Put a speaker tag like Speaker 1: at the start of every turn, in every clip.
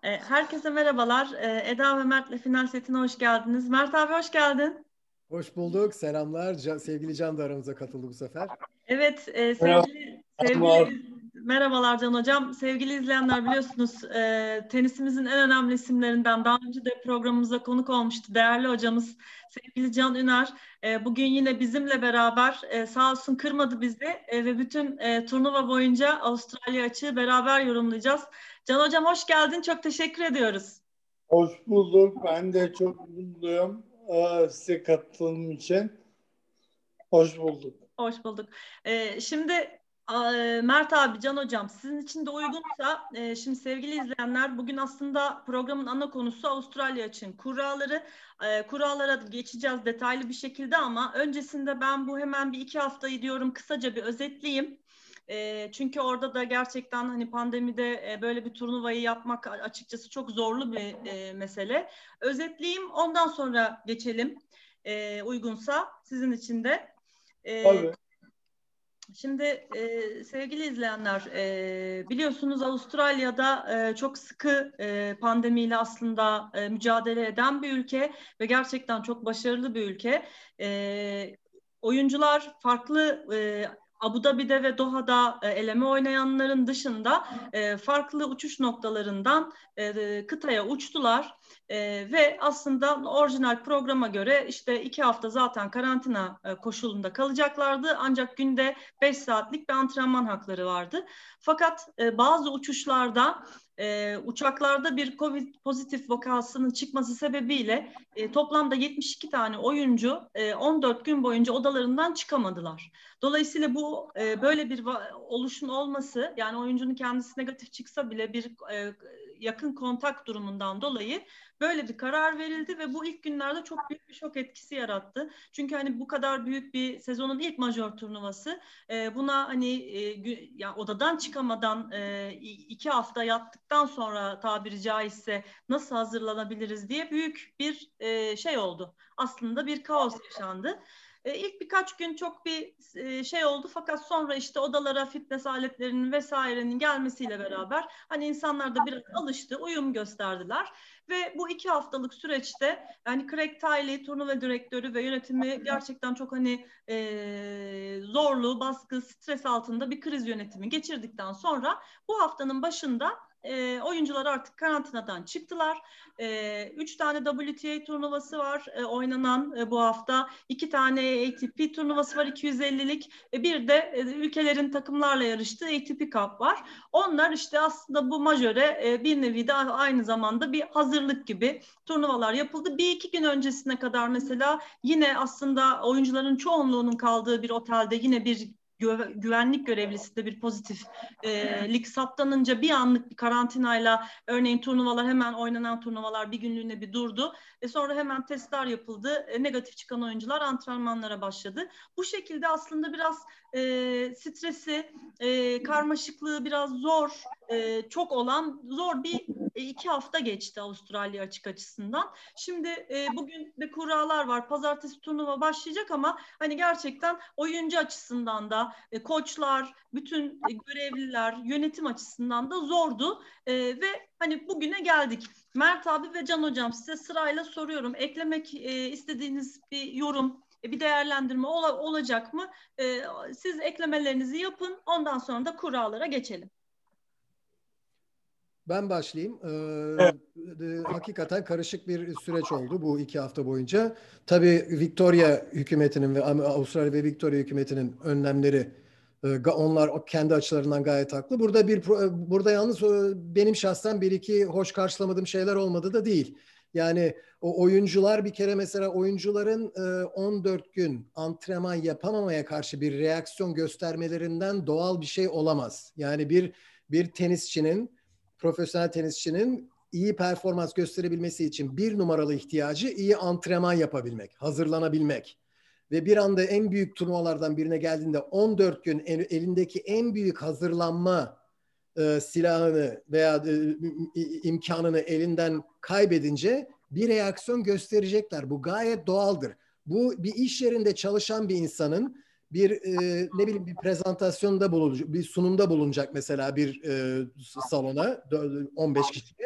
Speaker 1: Herkese merhabalar. Eda ve Mert'le Final Setine hoş geldiniz. Mert abi hoş geldin.
Speaker 2: Hoş bulduk. Selamlar. Sevgili Can da aramıza katıldı bu sefer.
Speaker 1: Evet,
Speaker 3: Merhaba.
Speaker 1: merhabalar Can Hocam. Sevgili izleyenler biliyorsunuz tenisimizin en önemli isimlerinden daha önce de programımıza konuk olmuştu. Değerli hocamız sevgili Can Üner. Bugün yine bizimle beraber sağ olsun kırmadı bizi ve bütün turnuva boyunca Avustralya açığı beraber yorumlayacağız. Can Hocam hoş geldin. Çok teşekkür ediyoruz.
Speaker 3: Hoş bulduk. Ben de çok mutluyum size katıldığım için. Hoş bulduk.
Speaker 1: Hoş bulduk. Şimdi Mert abi, Can Hocam sizin için de uygunsa şimdi sevgili izleyenler bugün aslında programın ana konusu Avustralya için kuralları. Kurallara geçeceğiz detaylı bir şekilde ama öncesinde ben bu hemen bir 2 haftayı diyorum kısaca bir özetleyeyim. Çünkü orada da gerçekten hani pandemide böyle bir turnuvayı yapmak açıkçası çok zorlu bir mesele. Özetleyeyim ondan sonra geçelim uygunsa sizin için de.
Speaker 3: Tabii.
Speaker 1: Şimdi sevgili izleyenler biliyorsunuz Avustralya'da çok sıkı pandemiyle aslında mücadele eden bir ülke ve gerçekten çok başarılı bir ülke. Oyuncular farklı Abu Dhabi'de ve Doha'da eleme oynayanların dışında farklı uçuş noktalarından kıtaya uçtular. Ve aslında orijinal programa göre işte 2 hafta zaten karantina koşulunda kalacaklardı. Ancak günde 5 saatlik bir antrenman hakları vardı. Fakat bazı uçuşlarda uçaklarda bir Covid pozitif vakasının çıkması sebebiyle toplamda 72 tane oyuncu 14 gün boyunca odalarından çıkamadılar. Dolayısıyla bu böyle bir oluşun olması, yani oyuncunun kendisi negatif çıksa bile bir yakın kontak durumundan dolayı böyle bir karar verildi ve bu ilk günlerde çok büyük bir şok etkisi yarattı. Çünkü hani bu kadar büyük bir sezonun ilk majör turnuvası buna hani ya odadan çıkamadan 2 hafta yattıktan sonra tabiri caizse nasıl hazırlanabiliriz diye büyük bir şey oldu. Aslında bir kaos yaşandı. İlk birkaç gün çok bir şey oldu fakat sonra işte odalara fitness aletlerinin vesairenin gelmesiyle beraber hani insanlar da biraz alıştı, uyum gösterdiler ve bu 2 haftalık süreçte yani Craig Tiley turnuva direktörü ve yönetimi gerçekten çok hani zorlu, baskı, stres altında bir kriz yönetimi geçirdikten sonra bu haftanın başında oyuncular artık karantinadan çıktılar. 3 tane WTA turnuvası var oynanan bu hafta. 2 tane ATP turnuvası var 250'lik. Bir de ülkelerin takımlarla yarıştığı ATP Cup var. Onlar işte aslında bu majöre bir nevi de aynı zamanda bir hazırlık gibi turnuvalar yapıldı. 1-2 gün öncesine kadar mesela yine aslında oyuncuların çoğunluğunun kaldığı bir otelde yine bir güvenlik görevlisi de bir pozitif lig saptanınca bir anlık bir karantinayla örneğin turnuvalar hemen oynanan turnuvalar bir günlüğüne bir durdu. Sonra hemen testler yapıldı. Negatif çıkan oyuncular antrenmanlara başladı. Bu şekilde aslında biraz stresi, karmaşıklığı biraz zor, çok olan zor bir 2 hafta geçti Avustralya açık açısından. Şimdi bugün de kurallar var. Pazartesi turnuva başlayacak ama hani gerçekten oyuncu açısından da koçlar, bütün görevliler, yönetim açısından da zordu. Ve hani bugüne geldik. Mert abi ve Can hocam size sırayla soruyorum. Eklemek istediğiniz bir yorum, bir değerlendirme olacak mı? Siz eklemelerinizi yapın. Ondan sonra da kurallara geçelim.
Speaker 2: Ben başlayayım.
Speaker 3: Evet.
Speaker 2: Hakikaten karışık bir süreç oldu bu 2 hafta boyunca. Tabii Victoria hükümetinin ve Avustralya ve Victoria hükümetinin önlemleri onlar kendi açılarından gayet haklı. Burada yalnız benim şahsen bir iki hoş karşılamadığım şeyler olmadı da değil. Yani o oyuncular bir kere mesela oyuncuların 14 gün antrenman yapamamaya karşı bir reaksiyon göstermelerinden doğal bir şey olamaz. Yani bir profesyonel tenisçinin iyi performans gösterebilmesi için bir numaralı ihtiyacı iyi antrenman yapabilmek, hazırlanabilmek. Ve bir anda en büyük turnuvalardan birine geldiğinde 14 gün elindeki en büyük hazırlanma silahını veya imkanını elinden kaybedince bir reaksiyon gösterecekler. Bu gayet doğaldır. Bu bir iş yerinde çalışan bir insanın ne bileyim bir prezentasyonda bulunacak, bir sunumda bulunacak mesela bir salona 15 kişiye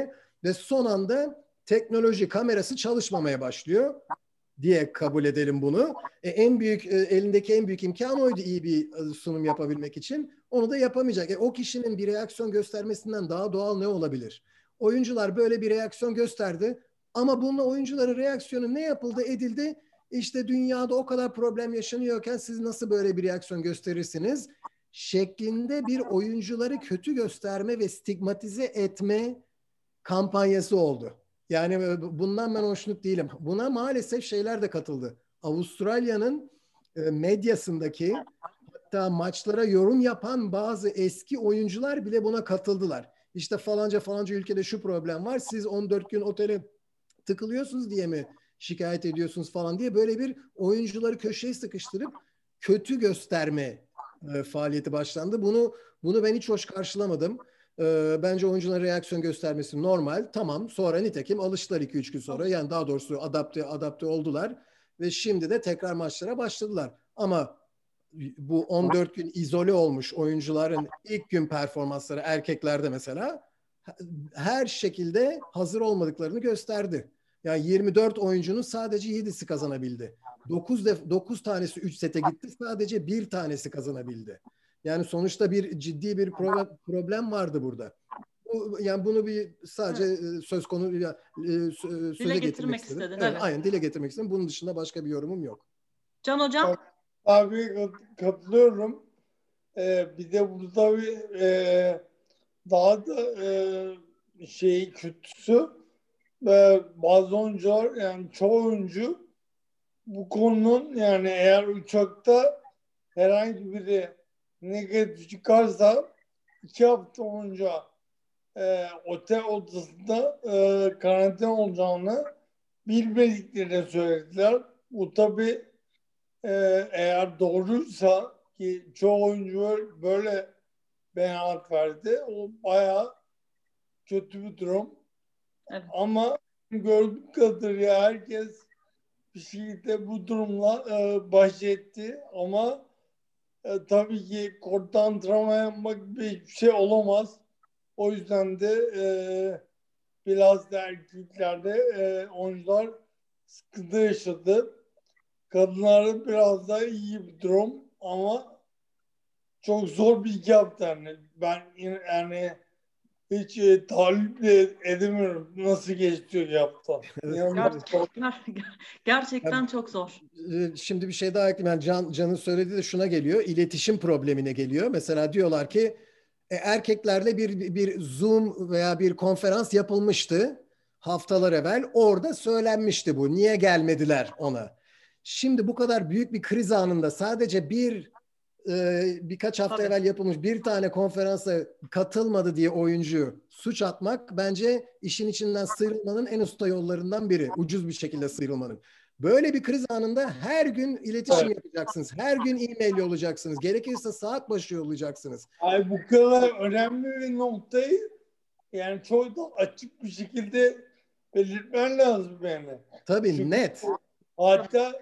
Speaker 2: ve son anda teknoloji kamerası çalışmamaya başlıyor diye kabul edelim bunu. En büyük elindeki en büyük imkan oydu iyi bir sunum yapabilmek için. Onu da yapamayacak. O kişinin bir reaksiyon göstermesinden daha doğal ne olabilir? Oyuncular böyle bir reaksiyon gösterdi ama bununla oyuncuların reaksiyonu ne yapıldı edildi? İşte dünyada o kadar problem yaşanıyorken siz nasıl böyle bir reaksiyon gösterirsiniz? Şeklinde bir oyuncuları kötü gösterme ve stigmatize etme kampanyası oldu. Yani bundan ben hoşnut değilim. Buna maalesef şeyler de katıldı. Avustralya'nın medyasındaki, hatta maçlara yorum yapan bazı eski oyuncular bile buna katıldılar. İşte falanca ülkede şu problem var. Siz 14 gün otele tıkılıyorsunuz diye mi şikayet ediyorsunuz falan diye böyle bir oyuncuları köşeye sıkıştırıp kötü gösterme faaliyeti başlandı. Bunu ben hiç hoş karşılamadım. Bence oyuncuların reaksiyon göstermesi normal. Tamam. Sonra nitekim alıştılar 2-3 gün sonra. Yani daha doğrusu adapte oldular ve şimdi de tekrar maçlara başladılar. Ama bu 14 gün izole olmuş oyuncuların ilk gün performansları erkeklerde mesela her şekilde hazır olmadıklarını gösterdi. Yani 24 oyuncunun sadece 7'si kazanabildi. 9 tanesi 3 sete gitti. Sadece bir tanesi kazanabildi. Yani sonuçta ciddi bir problem vardı burada. Yani bunu sadece söz konusu söze getirmek istedim. Evet, aynen dile getirmek istedim. Bunun dışında başka bir yorumum yok.
Speaker 1: Can Hocam?
Speaker 3: Abi katılıyorum. Bir de burada daha da kötüsü bazı oyuncular, yani çoğu oyuncu bu konunun, yani eğer uçakta herhangi biri negatif çıkarsa 2 hafta boyunca otel odasında karantina olacağını bilmediklerini söylediler. Bu tabii eğer doğruysa, ki çoğu oyuncu böyle beyanat verdi, o bayağı kötü bir durum.
Speaker 1: Evet.
Speaker 3: Ama gördüğüm kadarıyla herkes bir şekilde bu durumla baş etti. Ama tabii ki kortta antrenman yapmak bir şey olamaz. O yüzden de biraz da erkeklerde oyuncular sıkıntı yaşadı. Kadınlarda biraz daha iyi bir durum ama çok zor bir 2 hafta. Yani ben yani hiç tahayyül edemiyorum nasıl geçti 2 hafta.
Speaker 1: Gerçekten çok zor.
Speaker 2: Şimdi bir şey daha ekleyeyim. Yani Can'ın söylediği de şuna geliyor. İletişim problemine geliyor. Mesela diyorlar ki erkeklerle bir Zoom veya bir konferans yapılmıştı haftalar evvel. Orada söylenmişti bu. Niye gelmediler ona? Şimdi bu kadar büyük bir kriz anında sadece birkaç hafta evvel yapılmış bir tane konferansa katılmadı diye oyuncu suç atmak bence işin içinden sıyrılmanın en usta yollarından biri. Ucuz bir şekilde sıyrılmanın. Böyle bir kriz anında her gün iletişim yapacaksınız. Her gün e-mail yollayacaksınız. Gerekirse saat başı yollayacaksınız.
Speaker 3: Ay, bu kadar önemli bir noktayı yani çok da açık bir şekilde belirtmen lazım yani.
Speaker 2: Tabii.
Speaker 3: Çünkü
Speaker 2: net.
Speaker 3: Hatta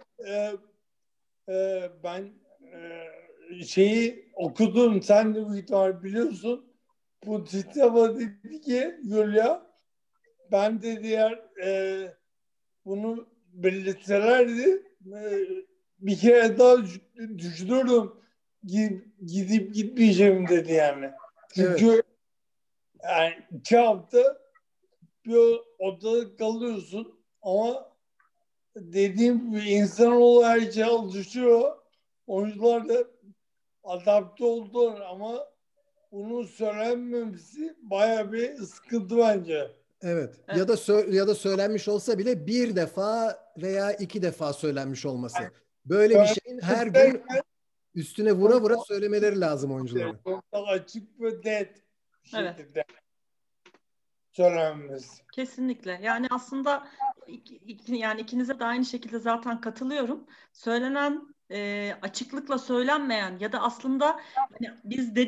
Speaker 3: ben şeyi okudum, sen de bu ihtimal biliyorsun. Bu Titava dedi ki Yulia, ben de diğer bunu belirtselerdi bir kere daha düşünürdüm gidip gitmeyeceğim dedi yani. Çünkü yani 2 hafta bir odada kalıyorsun ama dediğim gibi insanoğlu her şeye alışıyor. Oyuncular da adapte oldular ama bunun söylenmemesi bayağı bir sıkıntı bence.
Speaker 2: Evet. Ya da söylenmiş olsa bile bir defa veya 2 defa söylenmiş olması. Böyle bir şeyin her gün üstüne vura söylemeleri lazım oyuncuların.
Speaker 3: Çok daha açık ve net şekilde söylenmesi.
Speaker 1: Kesinlikle. Yani aslında yani ikinize de aynı şekilde zaten katılıyorum. Söylenen açıklıkla söylenmeyen ya da aslında hani biz dedik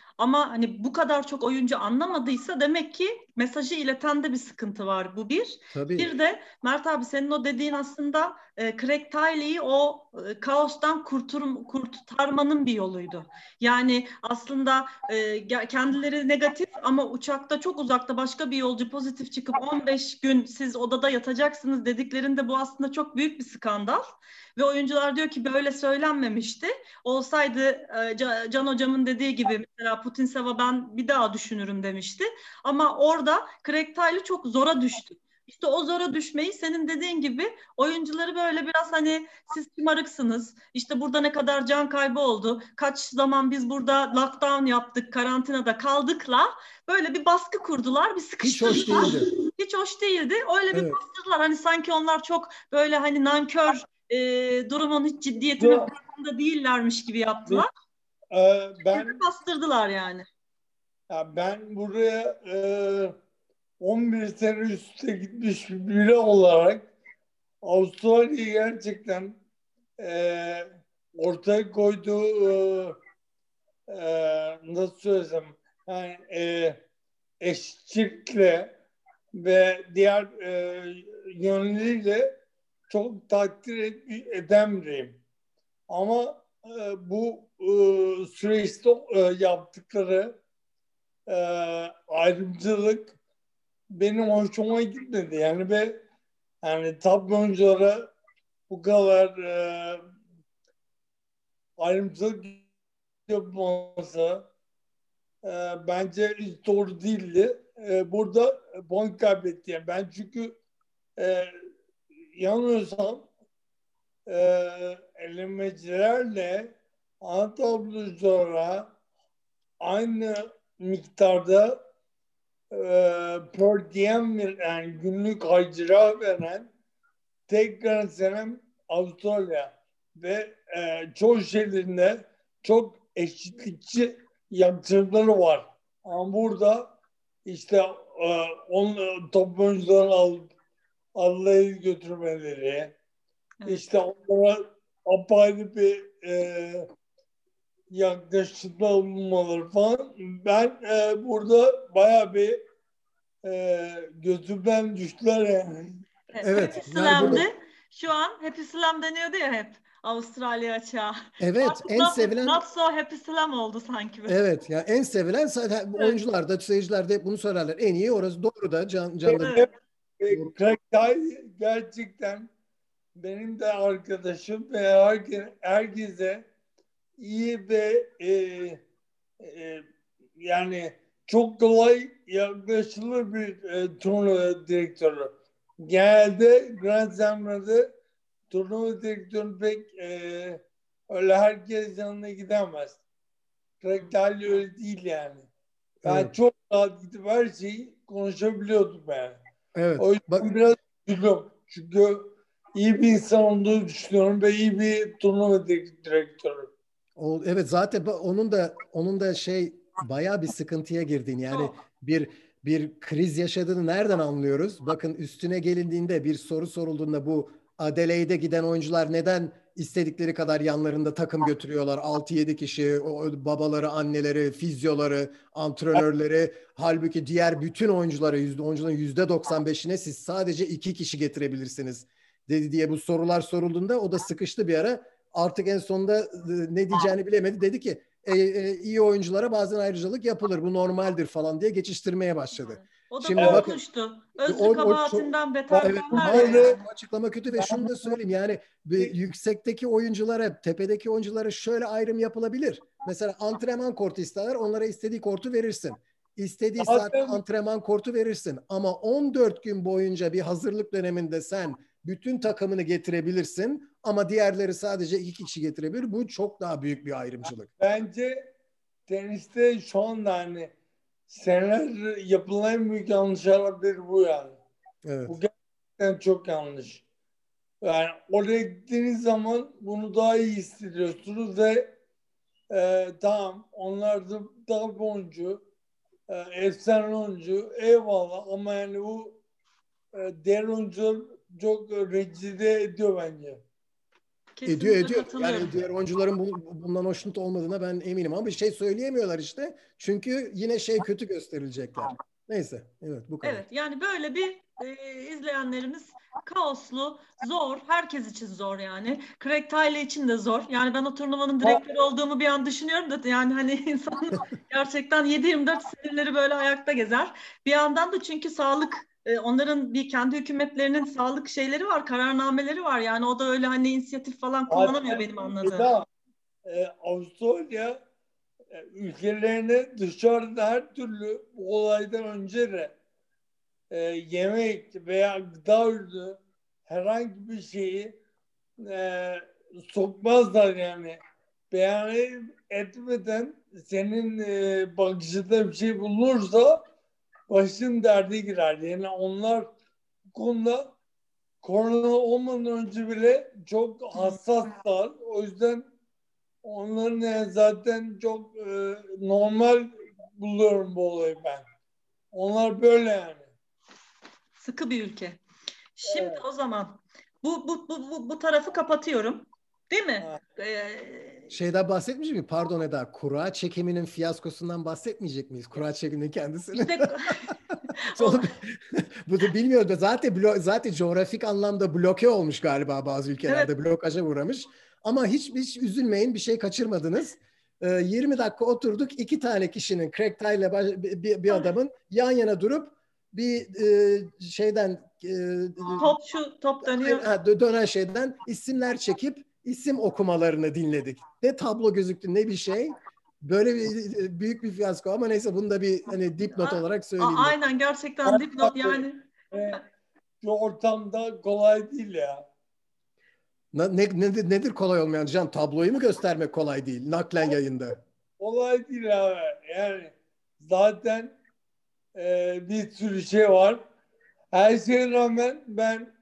Speaker 1: Ama hani bu kadar çok oyuncu anlamadıysa demek ki mesajı iletende bir sıkıntı var. Bu bir.
Speaker 2: Tabii.
Speaker 1: Bir de Mert abi senin o dediğin aslında Craig Tiley'i o kaostan kurtarmanın bir yoluydu. Yani aslında kendileri negatif ama uçakta çok uzakta başka bir yolcu pozitif çıkıp 15 gün siz odada yatacaksınız dediklerinde bu aslında çok büyük bir skandal. Ve oyuncular diyor ki böyle söylenmemişti. Olsaydı Can hocamın dediği gibi mesela Putinseva ben bir daha düşünürüm demişti. Ama orada Craig Tiley çok zora düştü. İşte o zora düşmeyi senin dediğin gibi oyuncuları böyle biraz hani siz şımarıksınız. İşte burada ne kadar can kaybı oldu. Kaç zaman biz burada lockdown yaptık, karantinada kaldıkla böyle bir baskı kurdular, bir sıkıştırdılar.
Speaker 2: Hiç hoş değildi.
Speaker 1: Hiç hoş değildi. Öyle bir
Speaker 2: Evet.
Speaker 1: bastırdılar. Hani sanki onlar çok böyle hani nankör durumun hiç ciddiyetinin farkında değillermiş gibi yaptılar.
Speaker 3: Ben
Speaker 1: Bastırdılar yani.
Speaker 3: ben buraya 11 sene üstte gitmiş biri olarak Avustralya'yı gerçekten ortaya koyduğu nasıl söylesem yani eşitlikle ve diğer yönleriyle çok takdir eden biriyim. Ama bu süreçte yaptıkları ayrımcılık benim hoşuma gitmedi. Yani top oyunculara bu kadar ayrımcılık yapılması bence hiç doğru değildi. Burada puan kaybetti. Yani ben çünkü yanılıyorsam elemecilerle ana tabloculara aynı miktarda per diem yani günlük harcırah veren tek Grand Slam Avustralya ve çoğu şeylerinde çok eşitlikçi yaklaşımları var. Ama burada işte top oyuncuları alıp Allah'ı götürmeleri, işte onlara apayrı bir yaklaşımda bulunmaları falan. Ben burada bayağı bir gözümden düştüler yani.
Speaker 2: Evet.
Speaker 1: Happy
Speaker 2: Yani burada
Speaker 1: Slam'di. Şu an Happy Slam deniyordu ya hep Avustralya açığa.
Speaker 2: evet
Speaker 1: Artık
Speaker 2: en sevilen
Speaker 1: not so Happy Slam oldu sanki.
Speaker 2: evet ya en sevilen zaten
Speaker 1: Evet.
Speaker 2: oyuncular da seyirciler de hep bunu söylerler. En iyi orası doğru da canlı.
Speaker 1: Evet.
Speaker 3: Craig Tiley gerçekten benim de arkadaşım ve herkese iyi ve yani çok kolay yaklaşılır bir turnuva direktörü. Genelde Grand Slam'larda turnuva direktörü pek öyle herkes yanına gidemez. Craig Tiley öyle değil yani. Ben
Speaker 2: Evet.
Speaker 3: çok rahat gidip her şeyi konuşabiliyordum yani.
Speaker 2: Evet.
Speaker 3: O yüzden biraz üzüldüm. Çünkü iyi bir insan olduğunu düşünüyorum ve iyi bir turnuva direktörü.
Speaker 2: Evet zaten onun da bayağı bir sıkıntıya girdiğini yani
Speaker 1: Çok.
Speaker 2: bir kriz yaşadığını nereden anlıyoruz? Bakın üstüne gelindiğinde bir soru sorulduğunda bu Adelaide'e giden oyuncular neden istedikleri kadar yanlarında takım götürüyorlar? 6-7 kişi, o babaları, anneleri, fizyoları, antrenörleri. Halbuki diğer bütün oyuncuların %95'ine siz sadece 2 kişi getirebilirsiniz dedi diye bu sorular sorulduğunda o da sıkıştı bir ara. Artık en sonunda ne diyeceğini bilemedi. Dedi ki iyi oyunculara bazen ayrıcalık yapılır. Bu normaldir falan diye geçiştirmeye başladı.
Speaker 1: O da
Speaker 2: Şimdi
Speaker 1: bunu
Speaker 2: bakın
Speaker 1: konuştu.
Speaker 2: o,
Speaker 1: Özrü
Speaker 2: o çok
Speaker 1: kabahatinden beter
Speaker 2: evet
Speaker 1: derler
Speaker 2: hayır,
Speaker 1: ya.
Speaker 2: bu açıklama kötü ve şunu da söyleyeyim yani yüksekteki oyunculara, tepedeki oyunculara şöyle ayrım yapılabilir. Mesela antrenman kortu isterler, onlara istediği kortu verirsin. İstediği saatte
Speaker 3: Zaten
Speaker 2: antrenman kortu verirsin. Ama 14 gün boyunca bir hazırlık döneminde sen bütün takımını getirebilirsin ama diğerleri sadece 2 kişi getirebilir. Bu çok daha büyük bir ayrımcılık.
Speaker 3: bence teniste şu anda hani seneler yapılan en büyük yanlışlardan biri bu yani.
Speaker 2: Evet.
Speaker 3: Bu gerçekten çok yanlış. Yani oraya gittiğiniz zaman bunu daha iyi hissediyorsunuz ve tamam onlar da daha bir oyuncu, efsane oyuncu eyvallah ama yani bu diğer oyuncular çok rencide ediyor bence.
Speaker 2: Ediyor
Speaker 1: Kesinlikle
Speaker 2: ediyor. Yani
Speaker 1: katılıyorum.
Speaker 2: diğer oyuncuların bundan hoşnut olmadığına ben eminim ama bir şey söyleyemiyorlar işte. Çünkü yine kötü gösterilecekler. Neyse. Evet, bu kadar.
Speaker 1: Evet, yani böyle bir izleyenlerimiz kaoslu, zor, herkes için zor yani. Craig Tiley için de zor. Yani ben o turnuvanın direktörü olduğumu bir an düşünüyorum da yani hani insan gerçekten 7/24 sinirleri böyle ayakta gezer. Bir yandan da çünkü sağlık onların bir kendi hükümetlerinin sağlık şeyleri var, kararnameleri var. Yani o da öyle hani inisiyatif falan kullanamıyor benim anladığım.
Speaker 3: Avustralya ülkelerine dışarıda her türlü bu olaydan önce de yemek veya gıda ürünü herhangi bir şeyi e, sokmazlar yani. Beyan etmeden senin bakışında bir şey bulunursa başın derde girer. Yani onlar bu konuda korona olmadan önce bile çok hassaslar. O yüzden onların zaten çok normal buluyorum bu olayı ben. Onlar böyle yani.
Speaker 1: Sıkı bir ülke. Şimdi
Speaker 3: Evet.
Speaker 1: o zaman bu tarafı kapatıyorum. Değil mi?
Speaker 3: Ha.
Speaker 2: Şeyden bahsetmeyecek miyiz? Pardon Eda. Kura çekiminin fiyaskosundan bahsetmeyecek miyiz? Kura çekiminin kendisini.
Speaker 1: İşte
Speaker 2: Sonra bu da bilmiyorum da zaten coğrafik anlamda bloke olmuş galiba bazı
Speaker 1: evet.
Speaker 2: ülkelerde. Blokaja uğramış. Ama hiç üzülmeyin, bir şey kaçırmadınız. 20 dakika oturduk. 2 tane kişinin, Craig Tyler bir adamın yan yana durup bir şeyden
Speaker 1: Top dönüyor.
Speaker 2: dönen şeyden isimler çekip isim okumalarını dinledik. Ne tablo gözüktü ne bir şey. Böyle büyük bir fiyasko ama neyse bunu da bir hani dipnot olarak söyleyeyim dedim.
Speaker 1: Aynen gerçekten dipnot yani.
Speaker 3: Bu ortamda kolay değil ya.
Speaker 2: Nedir kolay olmayan? Can, tabloyu mu göstermek kolay değil naklen yayında?
Speaker 3: Kolay değil abi. Yani zaten bir sürü şey var. Her şeye rağmen ben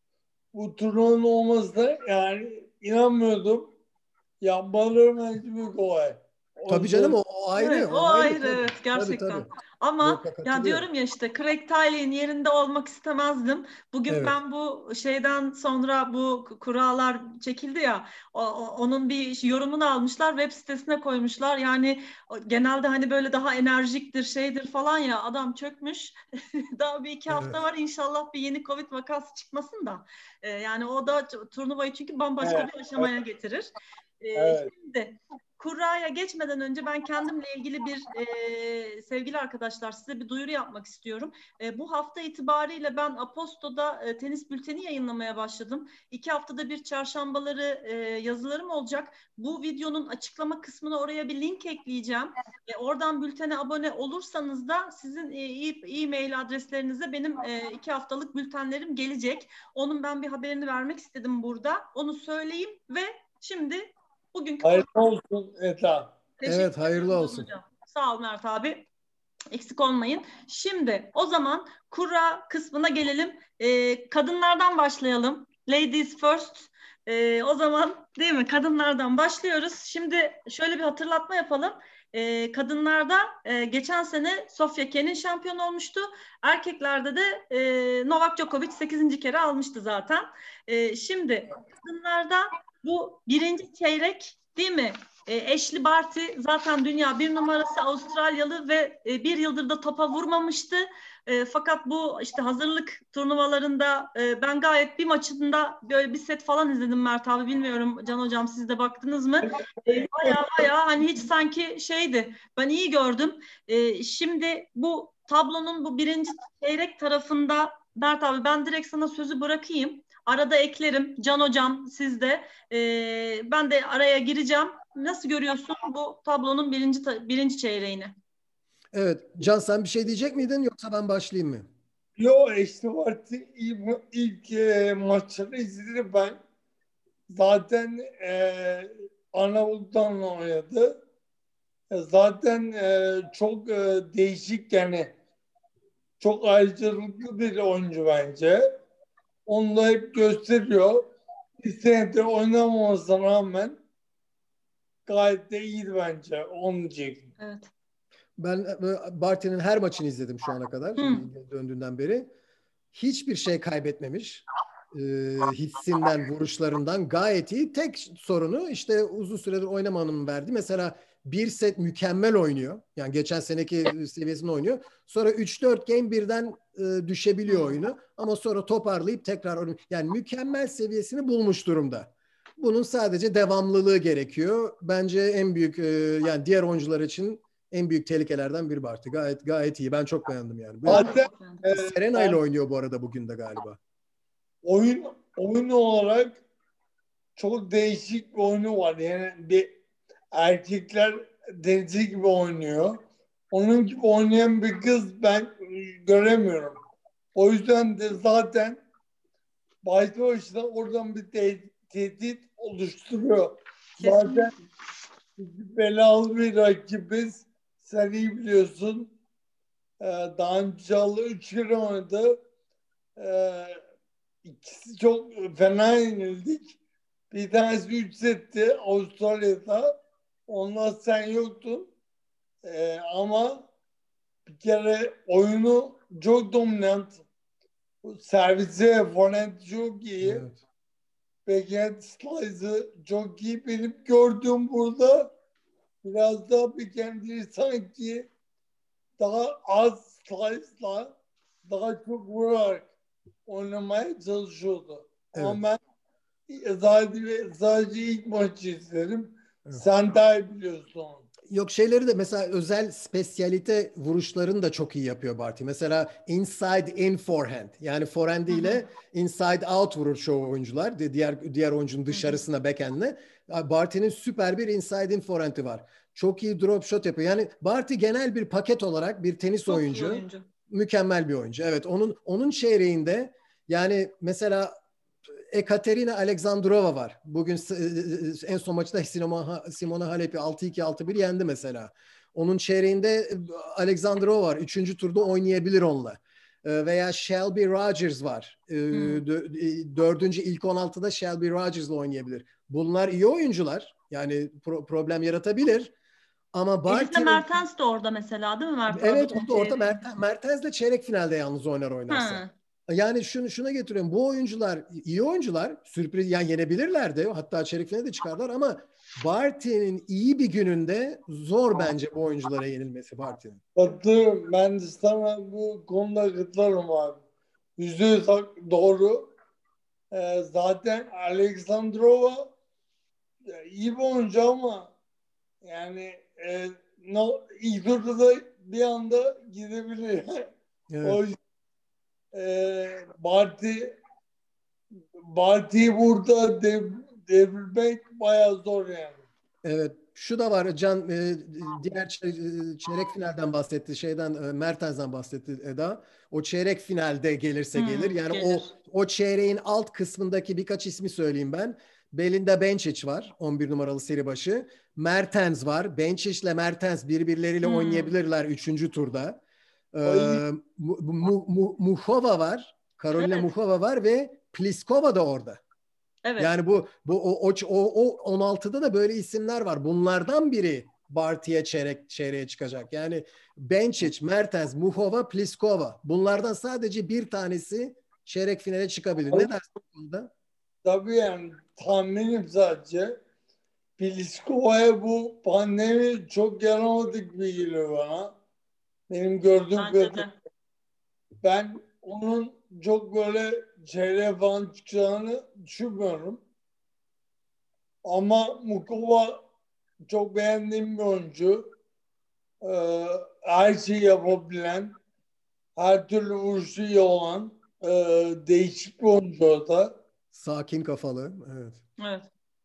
Speaker 3: bu turnuvanın olmasına yani inanmıyordum. Yapmaları bence büyük olay. O
Speaker 2: Tabii canım,
Speaker 3: yüzden
Speaker 2: o ayrı,
Speaker 1: Evet, o
Speaker 2: o ayrı
Speaker 1: ayrı
Speaker 2: tabii.
Speaker 1: evet
Speaker 2: Tabii
Speaker 1: gerçekten.
Speaker 2: tabii.
Speaker 1: Ama
Speaker 2: Yok,
Speaker 1: ya
Speaker 2: katılıyorum.
Speaker 1: diyorum ya işte Craig Tiley'in yerinde olmak istemezdim. Bugün
Speaker 2: Evet.
Speaker 1: ben bu şeyden sonra bu kurallar çekildi ya onun bir yorumunu almışlar web sitesine koymuşlar. Yani genelde hani böyle daha enerjiktir şeydir falan ya adam çökmüş. Daha bir iki hafta
Speaker 2: Evet.
Speaker 1: var inşallah bir yeni Covid vakası çıkmasın da. Yani o da turnuvayı çünkü bambaşka
Speaker 3: evet,
Speaker 1: bir aşamaya getirir.
Speaker 3: evet.
Speaker 1: Şimdi kuraya geçmeden önce ben kendimle ilgili bir sevgili arkadaşlar size bir duyuru yapmak istiyorum. Bu hafta itibariyle ben Aposto'da tenis bülteni yayınlamaya başladım. 2 haftada bir çarşambaları yazılarım olacak. Bu videonun açıklama kısmına oraya bir link ekleyeceğim. Oradan bültene abone olursanız da sizin e-mail adreslerinize benim 2 haftalık bültenlerim gelecek. Onun ben bir haberini vermek istedim burada. Onu söyleyeyim ve şimdi bugünkü
Speaker 3: Hayırlı olsun Eta.
Speaker 2: Evet,
Speaker 1: teşekkür
Speaker 2: hayırlı
Speaker 1: ediyorum Can
Speaker 2: olsun.
Speaker 1: Hocam. Sağ ol Mert abi. Eksik olmayın. Şimdi o zaman kura kısmına gelelim. Kadınlardan başlayalım. Ladies first. O zaman değil mi? Kadınlardan başlıyoruz. Şimdi şöyle bir hatırlatma yapalım. Kadınlarda geçen sene Sofia Kenin şampiyon olmuştu. Erkeklerde de Novak Djokovic 8. kere almıştı zaten. Şimdi kadınlarda bu birinci çeyrek değil mi? Ashley Barty zaten dünya bir numarası Avustralyalı ve bir yıldır da topa vurmamıştı. Fakat bu işte hazırlık turnuvalarında ben gayet bir maçında böyle bir set falan izledim Mert abi. Bilmiyorum Can Hocam siz de baktınız mı? Baya hani hiç sanki şeydi. Ben iyi gördüm. Şimdi bu tablonun bu birinci çeyrek tarafında Mert abi ben direkt sana sözü bırakayım. Arada eklerim. Can Hocam siz de. Ben de araya gireceğim. Nasıl görüyorsun bu tablonun birinci çeyreğini?
Speaker 2: Evet. Can, sen bir şey diyecek miydin yoksa ben başlayayım mı?
Speaker 3: Yo işte vakti ilk maçları izledim ben. Zaten Arnavut'tan oynadı. Zaten çok değişik yani çok ayrıcalıklı bir oyuncu bence. Onu da hep gösteriyor. Bir senedir oynamamasına rağmen gayet de iyiydi bence. Onun için.
Speaker 1: Evet.
Speaker 2: Ben Barty'nin her maçını izledim şu ana kadar.
Speaker 1: Hı.
Speaker 2: Döndüğünden beri. Hiçbir şey kaybetmemiş. hissinden, vuruşlarından gayet iyi. Tek sorunu işte uzun süredir oynamanın verdiği. Mesela bir set mükemmel oynuyor. Yani geçen seneki seviyesinde oynuyor. Sonra 3-4 game birden düşebiliyor oyunu. Ama sonra toparlayıp tekrar oynuyor. Yani mükemmel seviyesini bulmuş durumda. Bunun sadece devamlılığı gerekiyor. Bence en büyük yani diğer oyuncular için en büyük tehlikelerden biri Barty. Gayet iyi. Ben çok beğendim yani.
Speaker 3: Zaten
Speaker 2: Serena ile oynuyor bu arada bugün de galiba.
Speaker 3: Oyun olarak çok değişik bir oyunu var. Yani bir erkekler denizi gibi oynuyor. Onun gibi oynayan bir kız ben göremiyorum. O yüzden de zaten başlı başına oradan bir tehdit oluşturuyor. Zaten belalı bir rakibiz. Sen iyi biliyorsun. Daha önce Çalı 3 kere oynadı. İkisi çok fena yenildik. Bir tanesi 3 setti Avustralya'da. Ondan sen yoktun. Ama bir kere oyunu çok dominant. Servisi ve forehand çok iyi.
Speaker 2: Evet.
Speaker 3: Backhand slice'ı çok iyi. Benim gördüğüm burada biraz daha backhand'i sanki daha az slice'la daha çok vurarak oynamaya çalışıyordu.
Speaker 2: Evet.
Speaker 3: Ama ben sadece ilk maçı izledim.
Speaker 2: Evet.
Speaker 3: Sen daha iyi biliyorsun onu.
Speaker 2: Yok şeyleri de mesela özel spesiyalite vuruşlarını da çok iyi yapıyor Barty. Mesela inside in forehand. Yani forehand ile inside out vurur çoğu oyuncular. Diğer oyuncunun dışarısına backhand'le. Barty'nin süper bir inside in forehand'i var. Çok iyi drop shot yapıyor. Yani Barty genel bir paket olarak bir tenis
Speaker 1: Çok
Speaker 2: oyuncu.
Speaker 1: iyi oyuncu. Mükemmel
Speaker 2: bir oyuncu. Evet onun çeyreğinde yani mesela Ekaterina Alexandrova var. Bugün en son maçta Simona Halep'i 6-2 6-1 yendi mesela. Onun çeyreğinde Alexandrova var. 3. turda oynayabilir onunla. Veya Shelby Rogers var. 4. ilk 16'da Shelby Rogers'la oynayabilir. Bunlar iyi oyuncular. Yani problem yaratabilir. Ama
Speaker 1: Elise Mertens de orada mesela değil mi?
Speaker 2: Evet o da orada Mertens'le çeyrek finalde yalnız oynarsa. Yani şuna getiriyorum. Bu oyuncular iyi oyuncular. Sürpriz yani yenebilirler de. Hatta çeyrek finale de çıkarlar ama Barty'nin iyi bir gününde zor bence bu oyunculara yenilmesi Barty'nin.
Speaker 3: Katılıyorum. Ben de sana bu konuda katılıyorum abi. %100 doğru. Zaten Alexandrova iyi bir oyuncu ama yani ilk turda da bir anda gidebilir.
Speaker 2: Evet.
Speaker 3: O yüzden Barty'yi burada devirmek bayağı zor yani.
Speaker 2: Evet. Şu da var Can diğer çeyrek finalden bahsetti. Mertens'den bahsetti Eda. O çeyrek finalde gelirse gelir. Yani
Speaker 1: gelir.
Speaker 2: o çeyreğin alt kısmındaki birkaç ismi söyleyeyim ben. Belinda Bencic var. 11 numaralı seri başı. Mertens var. Bencic ile Mertens birbirleriyle oynayabilirler 3. turda. Muhova var. Karolina Muhova var ve Pliskova da orada.
Speaker 1: Evet.
Speaker 2: Yani bu o 16'da da böyle isimler var. Bunlardan biri Barty'ye çeyreğe çıkacak. Yani Bencic, Mertens, Muhova, Pliskova. Bunlardan sadece bir tanesi çeyrek finale çıkabilir. Ne dersin bu konuda?
Speaker 3: Tabii yani tahminim sadece. Pliskova'ya bu pandemi çok yaramadık gibi geliyor bana. Benim gördüğüm kadarıyla. Ben onun çok böyle çeyreğe falan çıkacağını düşünmüyorum. Ama Mukova çok beğendiğim bir oyuncu. Her şeyi yapabilen, her türlü vuruşu iyi olan değişik bir oyuncu o da.
Speaker 2: Sakin kafalı. Evet.
Speaker 1: Evet.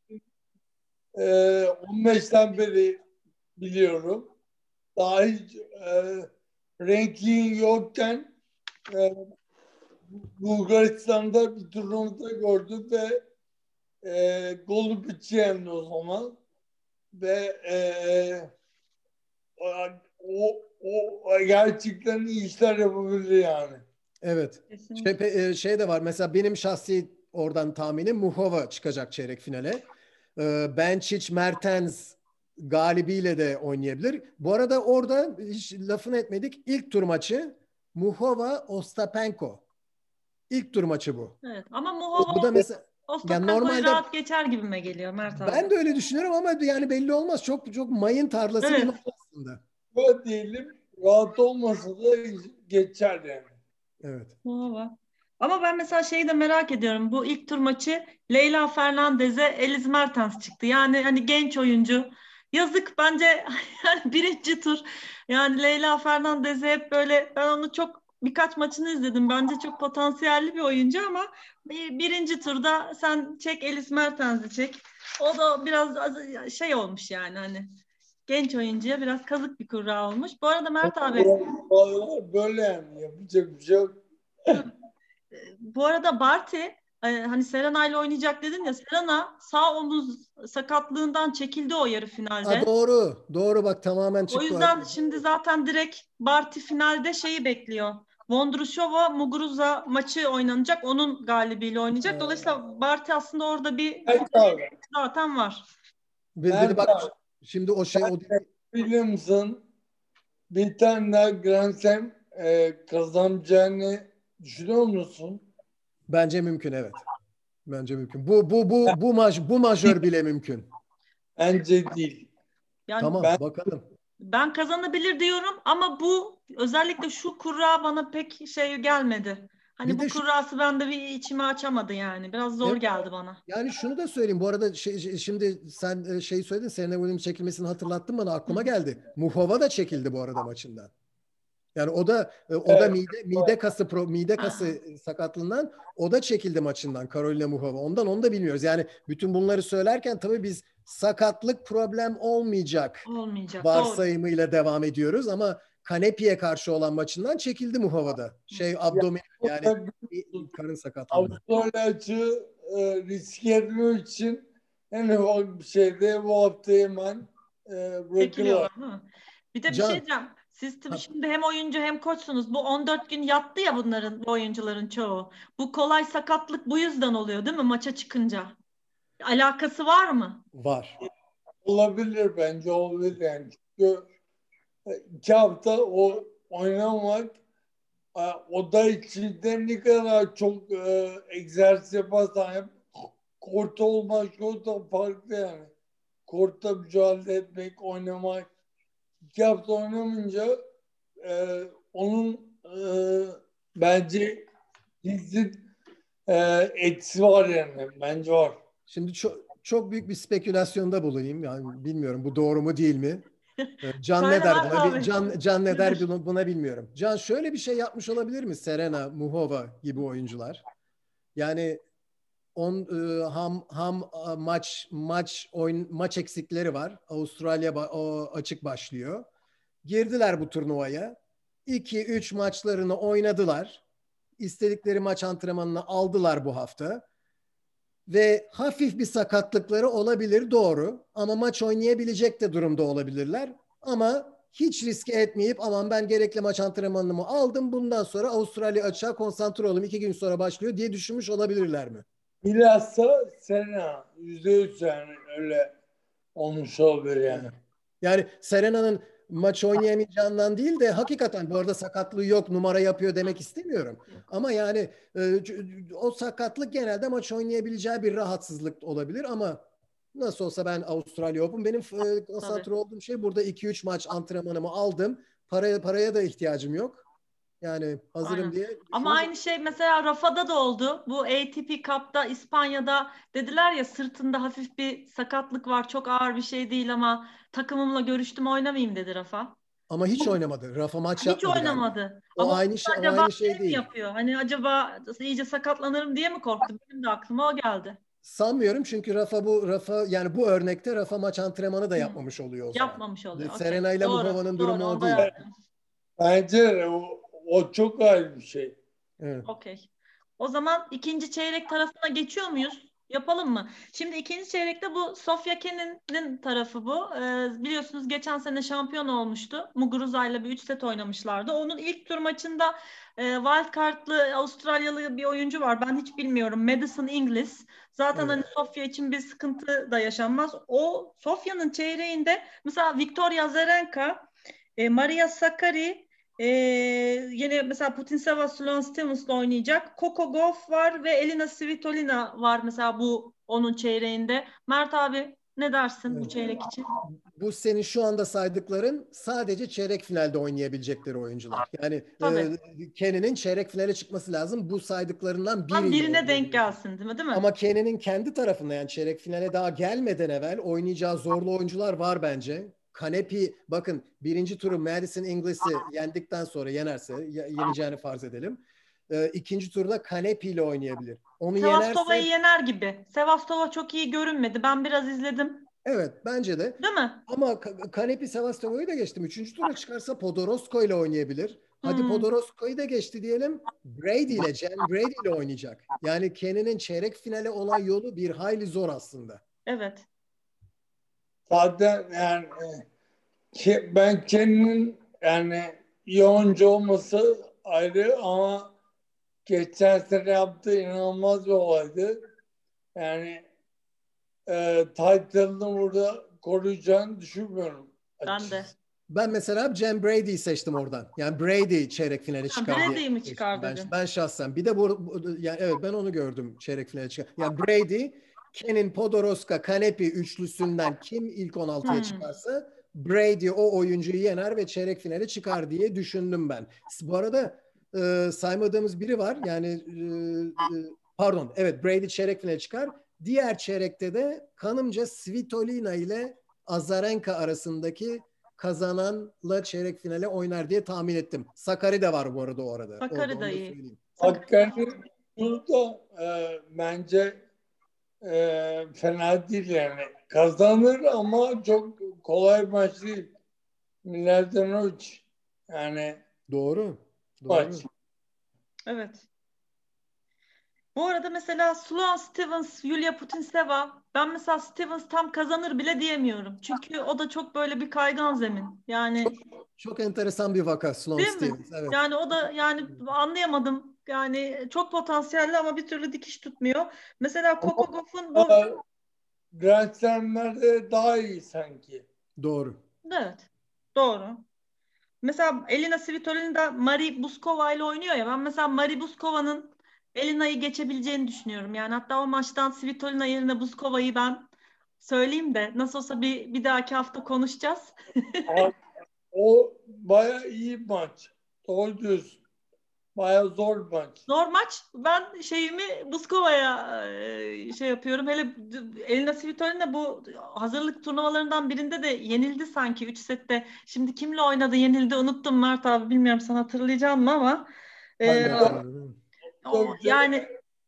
Speaker 3: 15'ten beri biliyorum. Daha hiç renkliğin yokken Bulgaristan'da bir turnuvada gördüm ve Golubic'i yendi o zaman. Ve o gerçekten iyi işler yapabilir yani.
Speaker 2: Evet. Şey de var. Mesela benim şahsi oradan tahminim Muhova çıkacak çeyrek finale. Bencic, Mertens galibiyle de oynayabilir. Bu arada orada hiç lafını etmedik. İlk tur maçı Muhova Ostapenko. İlk tur maçı bu.
Speaker 1: Evet. Ama
Speaker 2: Bu da mesela yani
Speaker 1: Ostapenko'yu rahat geçer gibime geliyor Mert abi.
Speaker 2: ben de öyle düşünüyorum ama yani belli olmaz. Çok çok mayın tarlası bir maç aslında.
Speaker 3: Böyle diyelim, rahat olmasa da geçer yani.
Speaker 2: Evet.
Speaker 1: Ama ben mesela şeyi de merak ediyorum. Bu ilk tur maçı Leyla Fernandez'e Elise Mertens çıktı. Yani hani genç oyuncu. Yazık bence yani birinci tur. Yani Leyla Fernandez'e hep böyle ben onu çok birkaç maçını izledim. Bence çok potansiyelli bir oyuncu ama birinci turda sen çek Elise Mertens'i çek. O da biraz şey olmuş yani hani genç oyuncuya biraz kazık bir kura olmuş. Bu arada Mert abi
Speaker 3: Böyle yani yapacak bir şey yok.
Speaker 1: bu arada Barty hani Serena ile oynayacak dedin ya, Serena sağ omuz sakatlığından çekildi o yarı finalde.
Speaker 2: Doğru. Doğru bak tamamen
Speaker 1: O
Speaker 2: çıktı.
Speaker 1: yüzden şimdi zaten direkt Barty finalde şeyi bekliyor. Vondrushova Muguruza maçı oynanacak. Onun galibiyle oynayacak. Dolayısıyla Barty aslında orada bir
Speaker 3: Mert abi,
Speaker 1: zaten var.
Speaker 2: Bir de bak
Speaker 3: Mert abi,
Speaker 2: şimdi o
Speaker 3: biliyor musun? Bir tane daha Grand Slam kazanacağını düşünüyor musun?
Speaker 2: bence mümkün, evet. Bence mümkün. Bu majör bile mümkün.
Speaker 3: Bence değil.
Speaker 1: Yani
Speaker 2: Tamam, bakalım.
Speaker 1: ben kazanabilir diyorum ama bu özellikle şu kura bana pek şey gelmedi. Hani
Speaker 2: Bir
Speaker 1: bu
Speaker 2: de
Speaker 1: kurası bende bir içimi açamadı yani. Biraz zor
Speaker 2: evet,
Speaker 1: geldi bana.
Speaker 2: yani şunu da söyleyeyim. Bu arada şimdi sen şeyi söyledin. Serena Williams çekilmesini hatırlattın bana. Aklıma geldi. Muhova da çekildi bu arada maçından. Yani o da
Speaker 3: Evet.
Speaker 2: mide kası sakatlığından o da çekildi maçından, Karolina Muhova. Onu da bilmiyoruz. Yani bütün bunları söylerken tabii biz sakatlık problem olmayacak
Speaker 1: Olmayacak. Doğru.
Speaker 2: varsayımıyla devam ediyoruz ama Kanepi'ye karşı olan maçından çekildi Muhova'da. Abdomen yani karın sakatlığı.
Speaker 3: Avustralya risk etmek için en ufak bir şeyde bu hafta hemen bırakırlar.
Speaker 1: Çekiliyorlar değil mi? Bir de bir şey
Speaker 2: Can,
Speaker 1: diyeceğim. Siz tabii şimdi hem oyuncu hem koçsunuz. Bu 14 gün yattı ya bu oyuncuların çoğu. Bu kolay sakatlık bu yüzden oluyor değil mi maça çıkınca? Alakası var mı?
Speaker 2: var.
Speaker 3: Olabilir, bence olabilir yani. Çünkü 2 hafta oynamak, oda içinde ne kadar çok egzersiz yaparsan hep kortta olmak çok da farklı yani. Kortta mücadele etmek, oynamak. 2 hafta oynamayınca onun bence kesin etkisi var yani. Bence var.
Speaker 2: Şimdi çok büyük bir spekülasyonda bulunayım. Yani bilmiyorum bu doğru mu değil mi? Can ne
Speaker 1: Söyle
Speaker 2: der
Speaker 1: Mert
Speaker 2: buna?
Speaker 1: abi.
Speaker 2: Can ne der buna bilmiyorum. Can şöyle bir şey yapmış olabilir mi? Serena, Muhova gibi oyuncular. Yani maç eksikleri var. Avustralya açık başlıyor. Girdiler bu turnuvaya. 2-3 maçlarını oynadılar. İstedikleri maç antrenmanını aldılar bu hafta. Ve hafif bir sakatlıkları olabilir, doğru. Ama maç oynayabilecek de durumda olabilirler. Ama hiç riske etmeyip aman ben gerekli maç antrenmanımı aldım. Bundan sonra Avustralya açığa konsantre olalım. 2 gün sonra başlıyor diye düşünmüş olabilirler mi?
Speaker 3: Bilhassa Serena %100 yani öyle olmuş olabilir yani.
Speaker 2: Yani Serena'nın maç oynayamayacağından değil de hakikaten bu arada sakatlığı yok, numara yapıyor demek istemiyorum. Ama yani o sakatlık genelde maç oynayabileceği bir rahatsızlık olabilir ama nasıl olsa ben Avustralya Open benim konsantre olduğum şey burada 2-3 maç antrenmanımı aldım. Paraya da ihtiyacım yok. Yani hazırım
Speaker 1: Aynen.
Speaker 2: diye.
Speaker 1: Ama aynı şey mesela Rafa'da da oldu. Bu ATP Cup'ta İspanya'da dediler ya sırtında hafif bir sakatlık var. Çok ağır bir şey değil ama takımımla görüştüm oynamayayım dedi Rafa.
Speaker 2: Ama hiç oynamadı. Rafa maç
Speaker 1: Hiç
Speaker 2: yapmadı galiba.
Speaker 1: oynamadı.
Speaker 2: O
Speaker 1: Ama
Speaker 2: aynı şey, o
Speaker 1: acaba
Speaker 2: aynı şey
Speaker 1: şey mi
Speaker 2: değil.
Speaker 1: yapıyor? Hani acaba iyice sakatlanırım diye mi korktu? Benim de aklıma o geldi.
Speaker 2: Sanmıyorum çünkü Rafa yani bu örnekte Rafa maç antrenmanı da yapmamış oluyor o zaman.
Speaker 1: Yapmamış oluyor. Okay.
Speaker 2: Serena ile
Speaker 1: Doğru.
Speaker 2: Muhova'nın
Speaker 1: Doğru.
Speaker 2: durumu o
Speaker 1: Onda
Speaker 2: değil.
Speaker 1: yaptım.
Speaker 3: Bence de o çok ayrı bir şey.
Speaker 2: Evet.
Speaker 1: Okey. O zaman ikinci çeyrek tarafına geçiyor muyuz? Yapalım mı? Şimdi ikinci çeyrekte bu Sofia Kenin'in tarafı bu. Biliyorsunuz geçen sene şampiyon olmuştu. Muguruza ile bir 3 set oynamışlardı. Onun ilk tur maçında wild card'lı Avustralyalı bir oyuncu var. Ben hiç bilmiyorum. Madison Inglis. Zaten
Speaker 2: Evet.
Speaker 1: hani Sofia için bir sıkıntı da yaşanmaz. O Sofia'nın çeyreğinde mesela Victoria Azarenka, Maria Sakkari, Yine mesela Putintseva Sloane Stevens'la oynayacak. Coco Gauff var ve Elina Svitolina var mesela bu onun çeyreğinde. Mert abi ne dersin bu
Speaker 2: Evet.
Speaker 1: çeyrek için?
Speaker 2: Bu senin şu anda saydıkların sadece çeyrek finalde oynayabilecekleri oyuncular. Yani
Speaker 1: Tabii.
Speaker 2: Kenny'nin çeyrek finale çıkması lazım. Bu saydıklarından
Speaker 1: Tam
Speaker 2: biriyle
Speaker 1: birine denk
Speaker 2: oynayabilecek.
Speaker 1: gelsin değil mi?
Speaker 2: Ama Kenny'nin kendi tarafında yani çeyrek finale daha gelmeden evvel oynayacağı zorlu oyuncular var bence. Kanepi bakın birinci turu Madison Inglis'i yendikten sonra yenerse yeneceğini farz edelim. İkinci turda Kanepi ile oynayabilir. Onu
Speaker 1: Sevastova'yı
Speaker 2: yenerse
Speaker 1: yener gibi. Sevastova çok iyi görünmedi. Ben biraz izledim.
Speaker 2: evet bence de.
Speaker 1: Değil mi?
Speaker 2: Ama Kanepi Sevastova'yı da geçtim. Üçüncü tura çıkarsa Podorosko ile oynayabilir. Hadi Podorosko'yu da geçti diyelim. Brady ile, Jen Brady ile oynayacak. Yani Kenny'nin çeyrek finale olan yolu bir hayli zor aslında.
Speaker 1: Evet.
Speaker 3: Zaten yani ben kendinin yani iyi oyuncu olması ayrı ama geçen sene yaptığı inanılmaz bir olaydı. Yani title'ını burada koruyacağını düşünmüyorum.
Speaker 1: Ben de.
Speaker 2: Ben mesela Jen Brady'yi seçtim oradan. Yani Brady çeyrek finale çıkar diye
Speaker 1: Brady'yi mi
Speaker 2: seçtim
Speaker 1: çıkar dedin?
Speaker 2: ben şahsen. Bir de yani evet ben onu gördüm çeyrek finale çıkar. Yani Brady, Kenin, Podoroska, Kanepi üçlüsünden kim ilk 16'ya çıkarsa Brady o oyuncuyu yener ve çeyrek finale çıkar diye düşündüm ben. Bu arada saymadığımız biri var. Yani pardon evet Brady çeyrek finale çıkar. Diğer çeyrekte de kanımca Svitolina ile Azarenka arasındaki kazananla çeyrek finale oynar diye tahmin ettim. Sakari de var bu arada o arada.
Speaker 1: Sakari
Speaker 2: Onu
Speaker 1: da
Speaker 2: da
Speaker 1: iyi.
Speaker 2: söyleyeyim.
Speaker 3: Hakikaten burada bence fena değil yani. Kazanır ama çok kolay maç değil. Miladinovic yani
Speaker 2: Doğru.
Speaker 3: maç.
Speaker 1: Evet. Bu arada mesela Sloane Stevens, Yulia Putintseva, ben mesela Stevens tam kazanır bile diyemiyorum. Çünkü o da çok böyle bir kaygan zemin. Yani
Speaker 2: Çok enteresan bir vaka Sloane
Speaker 1: değil mi?
Speaker 2: Stevens. Evet.
Speaker 1: Yani o da yani anlayamadım. Yani çok potansiyelli ama bir türlü dikiş tutmuyor. Mesela
Speaker 3: Ama
Speaker 1: Coco Gauff'un bu
Speaker 3: Grand Slam'lerde daha iyi sanki.
Speaker 2: Doğru.
Speaker 1: evet. Doğru. Mesela Elina Svitolina da Mari Buskova ile oynuyor ya. Ben mesela Mari Buskova'nın Elina'yı geçebileceğini düşünüyorum. Yani hatta o maçtan Svitolina yerine Buskova'yı ben söyleyeyim de nasıl olsa bir dahaki hafta konuşacağız.
Speaker 3: O baya iyi maç. Doğru diyorsun. Baya zor maç.
Speaker 1: Zor maç. Ben şeyimi Buskova'ya şey yapıyorum. Hele Elina Svitolina bu hazırlık turnuvalarından birinde de yenildi sanki 3 sette. Şimdi kimle oynadı yenildi unuttum Mert abi. Bilmiyorum sen hatırlayacak mı ama
Speaker 2: Ben
Speaker 1: e,
Speaker 2: de hatırlıyorum.
Speaker 1: yani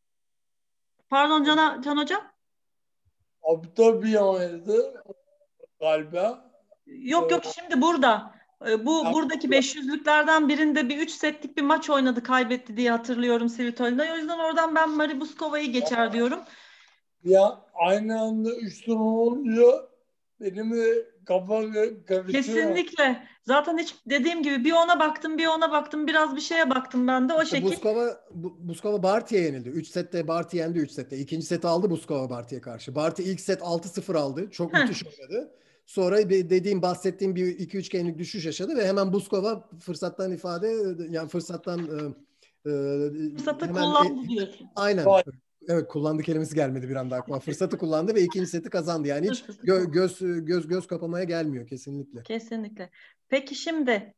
Speaker 1: pardon Can Hocam.
Speaker 3: Abu Dhabi oynadı galiba.
Speaker 1: Yok şimdi burada. Buradaki 500'lüklerden birinde bir 3 setlik bir maç oynadı kaybetti diye hatırlıyorum Svitolina. O yüzden oradan ben Mari Buskova'yı geçer diyorum.
Speaker 3: Ya aynı anda 3 turnuva olunca benim de kafa karışıyor.
Speaker 1: Kesinlikle. Zaten hiç dediğim gibi bir ona baktım bir ona baktım biraz bir şeye baktım ben de o
Speaker 2: İşte
Speaker 1: şekil.
Speaker 2: Buskova Barty'ye yenildi. 3 sette Barty yendi 3 sette. İkinci seti aldı Buskova Barty'ye karşı. Barty ilk set 6-0 aldı. Çok müthiş oynadı. Sonra bahsettiğim bir 2-3 game'lik düşüş yaşadı ve hemen Buskova fırsattan
Speaker 1: Fırsatı
Speaker 2: hemen
Speaker 1: kullandı diyorsun.
Speaker 2: aynen. Evet kullandı kelimesi gelmedi bir anda aklıma. Fırsatı kullandı ve ikinci seti kazandı. Yani hiç göz kapamaya gelmiyor kesinlikle.
Speaker 1: Kesinlikle. Peki şimdi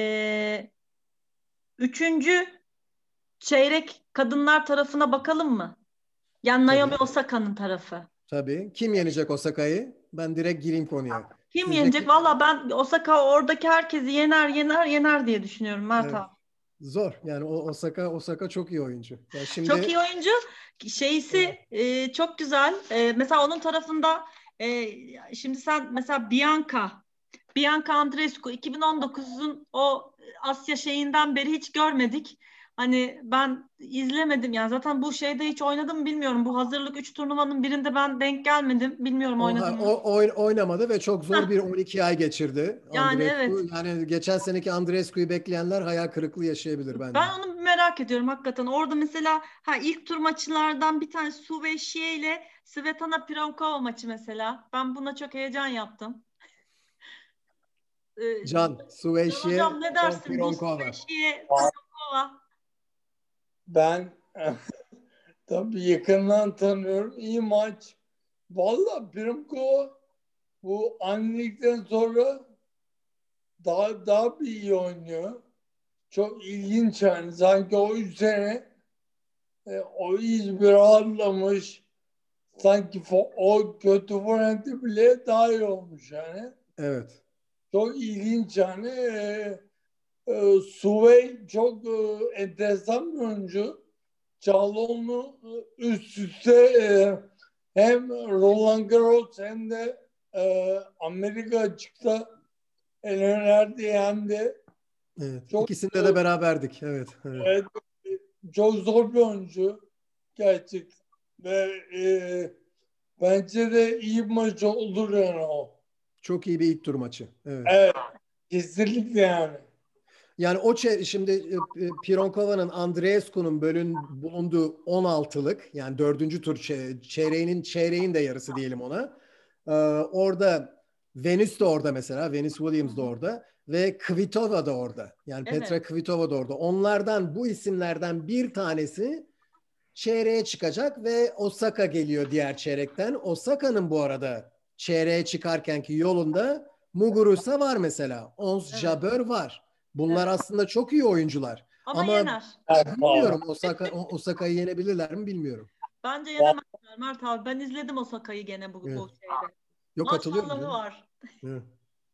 Speaker 1: üçüncü çeyrek kadınlar tarafına bakalım mı? Yani Naomi
Speaker 2: Tabii.
Speaker 1: Osaka'nın tarafı.
Speaker 2: Tabii. Kim yenecek Osaka'yı? Ben direkt gireyim konuya.
Speaker 1: Kim
Speaker 2: Sizce
Speaker 1: yenecek?
Speaker 2: kim?
Speaker 1: Valla ben Osaka oradaki herkesi yener diye düşünüyorum Mert
Speaker 2: Evet.
Speaker 1: abi.
Speaker 2: Zor. Yani Osaka çok iyi oyuncu. Yani
Speaker 1: Çok
Speaker 2: şimdi
Speaker 1: iyi oyuncu. Şeysi çok güzel. Mesela onun tarafında şimdi sen mesela Bianca Andreescu 2019'un o Asya şeyinden beri hiç görmedik. Hani ben izlemedim yani zaten bu şeyde hiç oynadım mı bilmiyorum. Bu hazırlık 3 turnuvanın birinde ben denk gelmedim. Bilmiyorum oynadım mı?
Speaker 2: oynamadı ve çok zor bir 12 ay geçirdi
Speaker 1: Yani
Speaker 2: Andreescu.
Speaker 1: evet.
Speaker 2: Yani geçen seneki Andreescu'yu bekleyenler hayal kırıklığı yaşayabilir bence.
Speaker 1: Ben onu merak ediyorum hakikaten. Orada mesela ilk tur maçlardan bir tane Su ve Şie ile Svetlana Pironkova maçı mesela. Ben buna çok heyecan yaptım.
Speaker 2: Can
Speaker 1: Can
Speaker 2: Sueşi'ye,
Speaker 1: hocam ne
Speaker 2: Can
Speaker 1: dersin bu
Speaker 2: Pironkova.
Speaker 1: Sueşi'ye, Pironkova?
Speaker 3: Ben tabii yakından tanıyorum. İyi maç. Vallahi Pironkova bu annelikten sonra daha bir iyi oynuyor. Çok ilginç yani. Sanki o 3 sene o iyice bir rahatlamış. Sanki o kötü forveti bile daha iyi olmuş yani.
Speaker 2: Evet.
Speaker 3: Çok ilginç yani. Suvey çok enteresan bir oyuncu. Çağlayan'ı üst üste hem Roland Garros hem de Amerika açıkta elemelerde yendi.
Speaker 2: Evet.
Speaker 3: Çok
Speaker 2: İkisinde de beraberdik. Evet. Evet.
Speaker 3: evet, çok zor bir oyuncu gerçekten. Ve bence de iyi bir maç olur yani o.
Speaker 2: Çok iyi bir ilk tur maçı. Evet.
Speaker 3: Evet, kesinlikle yani.
Speaker 2: Yani şimdi Pironkova'nın Andreescu'nun bulunduğu 16'lık yani 4. tur çeyreğin de yarısı diyelim ona. Orada Venus de orada mesela. Venus Williams da orada ve Kvitova da orada. Yani
Speaker 1: Evet.
Speaker 2: Petra Kvitova da orada. Bu isimlerden bir tanesi çeyreğe çıkacak ve Osaka geliyor diğer çeyrekten. Osaka'nın bu arada çeyreğe çıkarkenki yolunda Muguruza var mesela. Ons
Speaker 1: Evet.
Speaker 2: Jabeur var. Bunlar
Speaker 1: Evet.
Speaker 2: aslında çok iyi oyuncular.
Speaker 1: Ama
Speaker 2: Ama
Speaker 1: yener.
Speaker 2: bilmiyorum Osaka'yı yenebilirler mi bilmiyorum.
Speaker 1: Bence yenemezler Mert abi. Ben izledim Osaka'yı gene bu
Speaker 2: Evet.
Speaker 1: şeyde.
Speaker 2: Yok, katılıyorum
Speaker 1: Maşallahı
Speaker 2: canım.
Speaker 1: var.
Speaker 2: Evet.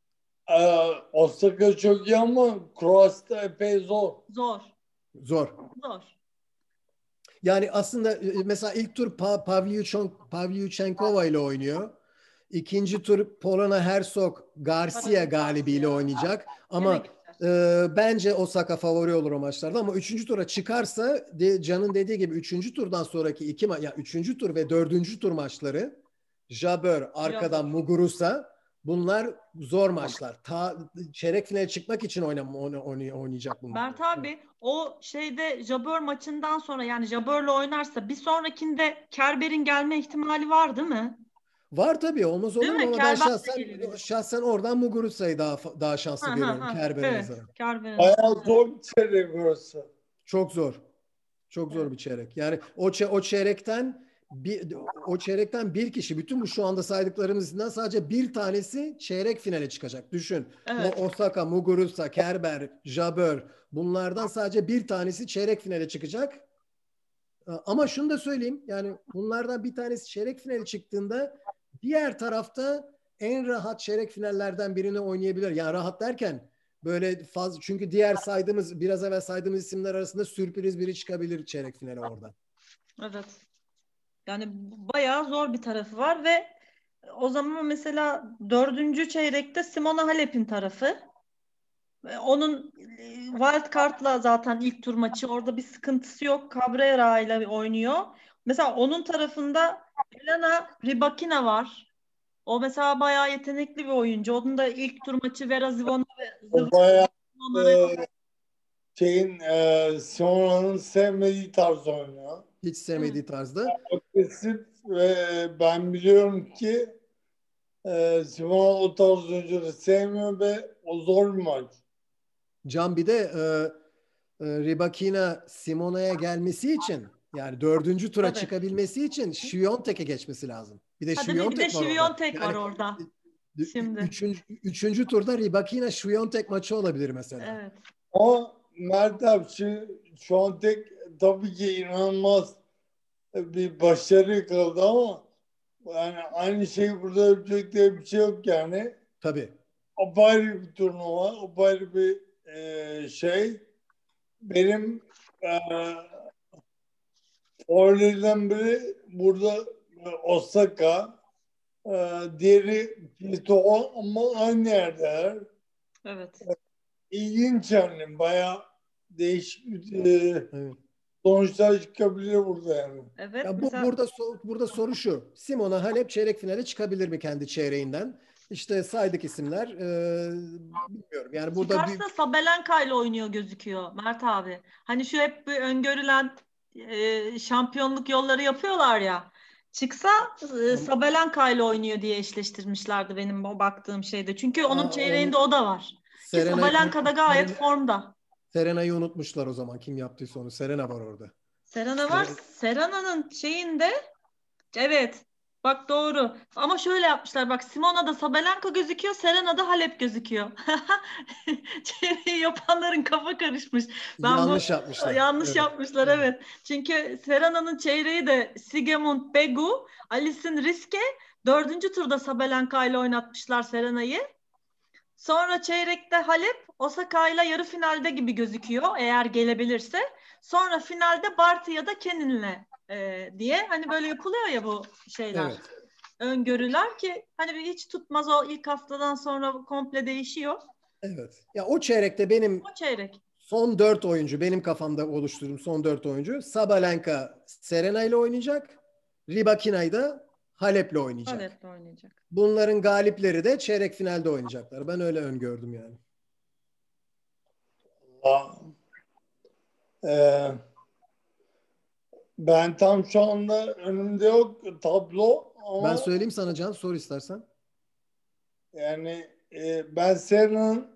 Speaker 3: Osaka çok iyi ama Kroas'ta epey zor.
Speaker 1: Zor.
Speaker 2: Zor.
Speaker 1: Zor.
Speaker 2: Yani aslında mesela ilk tur Pavlyuchenkova ile oynuyor. İkinci tur Polona Herzog Garcia galibiyle oynayacak. Ama bence Osaka favori olur o maçlarda. Ama üçüncü tura çıkarsa Can'ın dediği gibi üçüncü turdan sonraki üçüncü tur ve dördüncü tur maçları Jabeur, arkadan Muguruza, bunlar zor maçlar. Çeyrek finale çıkmak için oynayacak bunlar.
Speaker 1: Mert abi o şeyde Jabeur maçından sonra yani Jabeur'le oynarsa bir sonrakinde Kerber'in gelme ihtimali var değil mi?
Speaker 2: Var tabii, olmaz olur mu, ama ben
Speaker 1: Kerber
Speaker 2: şahsen oradan Muguruza'yı daha şanslı görüyorum Kerber'e
Speaker 1: Evet,
Speaker 2: nazaran.
Speaker 1: Kerber'in.
Speaker 3: Bayağı zor bir çeyrek burası.
Speaker 2: Çok zor. Çok zor bir çeyrek. Yani o çeyrekten bir kişi, bütün bu şu anda saydıklarımızdan sadece bir tanesi çeyrek finale çıkacak. Düşün.
Speaker 1: Evet.
Speaker 2: Osaka, Muguruza, Kerber, Jabeur, bunlardan sadece bir tanesi çeyrek finale çıkacak. Ama şunu da söyleyeyim. Yani bunlardan bir tanesi çeyrek finale çıktığında diğer tarafta en rahat çeyrek finallerden birini oynayabilir. Yani rahat derken böyle fazla, çünkü biraz evvel saydığımız isimler arasında sürpriz biri çıkabilir çeyrek finale oradan.
Speaker 1: Evet. Yani bayağı zor bir tarafı var ve o zaman mesela 4. çeyrekte Simona Halep'in tarafı. Onun wild card'la zaten ilk tur maçı. Orada bir sıkıntısı yok. Cabrera ile oynuyor. Mesela onun tarafında Elena Rybakina var. O mesela bayağı yetenekli bir oyuncu. Onun da ilk tur maçı Vera
Speaker 3: O bayağı
Speaker 1: Zvonareva.
Speaker 3: Simona'nın sevmediği tarz oynuyor.
Speaker 2: Hiç sevmediği tarzda.
Speaker 3: Agresif ve ben biliyorum ki Simona o tarz oyuncuları sevmiyor ve o zor bir maç.
Speaker 2: Can, bir de Rybakina Simona'ya gelmesi için, yani 4. tura
Speaker 1: Tabii.
Speaker 2: çıkabilmesi için Świątek'e geçmesi lazım. Bir de
Speaker 1: Hadi bir de
Speaker 2: Świątek var orada.
Speaker 1: Świątek var orada. Şimdi.
Speaker 2: Üçüncü turda Rybakina Świątek maçı olabilir mesela.
Speaker 1: Evet.
Speaker 3: Ama Mert abi şu an tabii ki inanılmaz bir başarı yakaladı ama yani aynı şey burada yapacak diye bir şey yok yani.
Speaker 2: Tabii.
Speaker 3: Apayrı bir turnuva, apayrı bir şey. Benim favorilerimden biri burada Osaka, diğeri Kyoto ama aynı yerdeler.
Speaker 1: Evet.
Speaker 3: İlginç yani, bayağı değişik
Speaker 2: Evet.
Speaker 3: sonuçlar çıkabilir burada yani.
Speaker 1: Evet.
Speaker 2: Ya
Speaker 1: Mesela
Speaker 2: burada soru şu. Simona Halep çeyrek finale çıkabilir mi kendi çeyreğinden? İşte saydık isimler. Bilmiyorum. Yani burada
Speaker 1: çıkarsa Sabalenka ile oynuyor gözüküyor Mert abi. Hani şu hep bir öngörülen şampiyonluk yolları yapıyorlar ya. Çıksa Sabalenka ile oynuyor diye eşleştirmişlerdi benim o baktığım şeyde. Çünkü onun çeyreğinde o da var. Ki Sabalenka da gayet formda.
Speaker 2: Serena'yı unutmuşlar o zaman. Kim yaptıysa onu. Serena var orada.
Speaker 1: Serena var. Serena'nın şeyinde evet. Bak doğru. Ama şöyle yapmışlar. Bak Simona'da Sabalenka gözüküyor. Serena'da Halep gözüküyor. Çevreyi yapanların kafa karışmış.
Speaker 2: Yanlış yapmışlar.
Speaker 1: Yanlış yapmışlar evet. Çünkü Serena'nın çeyreği de Sigemund Begu, Alison Riske 4. turda Sabalenka ile oynatmışlar Serena'yı. Sonra çeyrekte Halep, Osaka ile yarı finalde gibi gözüküyor eğer gelebilirse. Sonra finalde Barty ya da Kenin'le diye hani böyle yapılıyor ya bu şeyler. Evet. Öngörüler ki hani bir hiç tutmaz o ilk haftadan sonra komple değişiyor.
Speaker 2: Evet. Ya o çeyrekte benim son 4 oyuncu benim kafamda oluşturduğum son 4 oyuncu Sabalenka Serena ile oynayacak. Rybakina da Halep'le oynayacak. Bunların galipleri de çeyrek finalde oynayacaklar. Ben öyle öngördüm yani.
Speaker 3: Ben tam şu anda önümde yok tablo ama
Speaker 2: ben söyleyeyim sana Can, sor istersen.
Speaker 3: Yani ben Serena'nın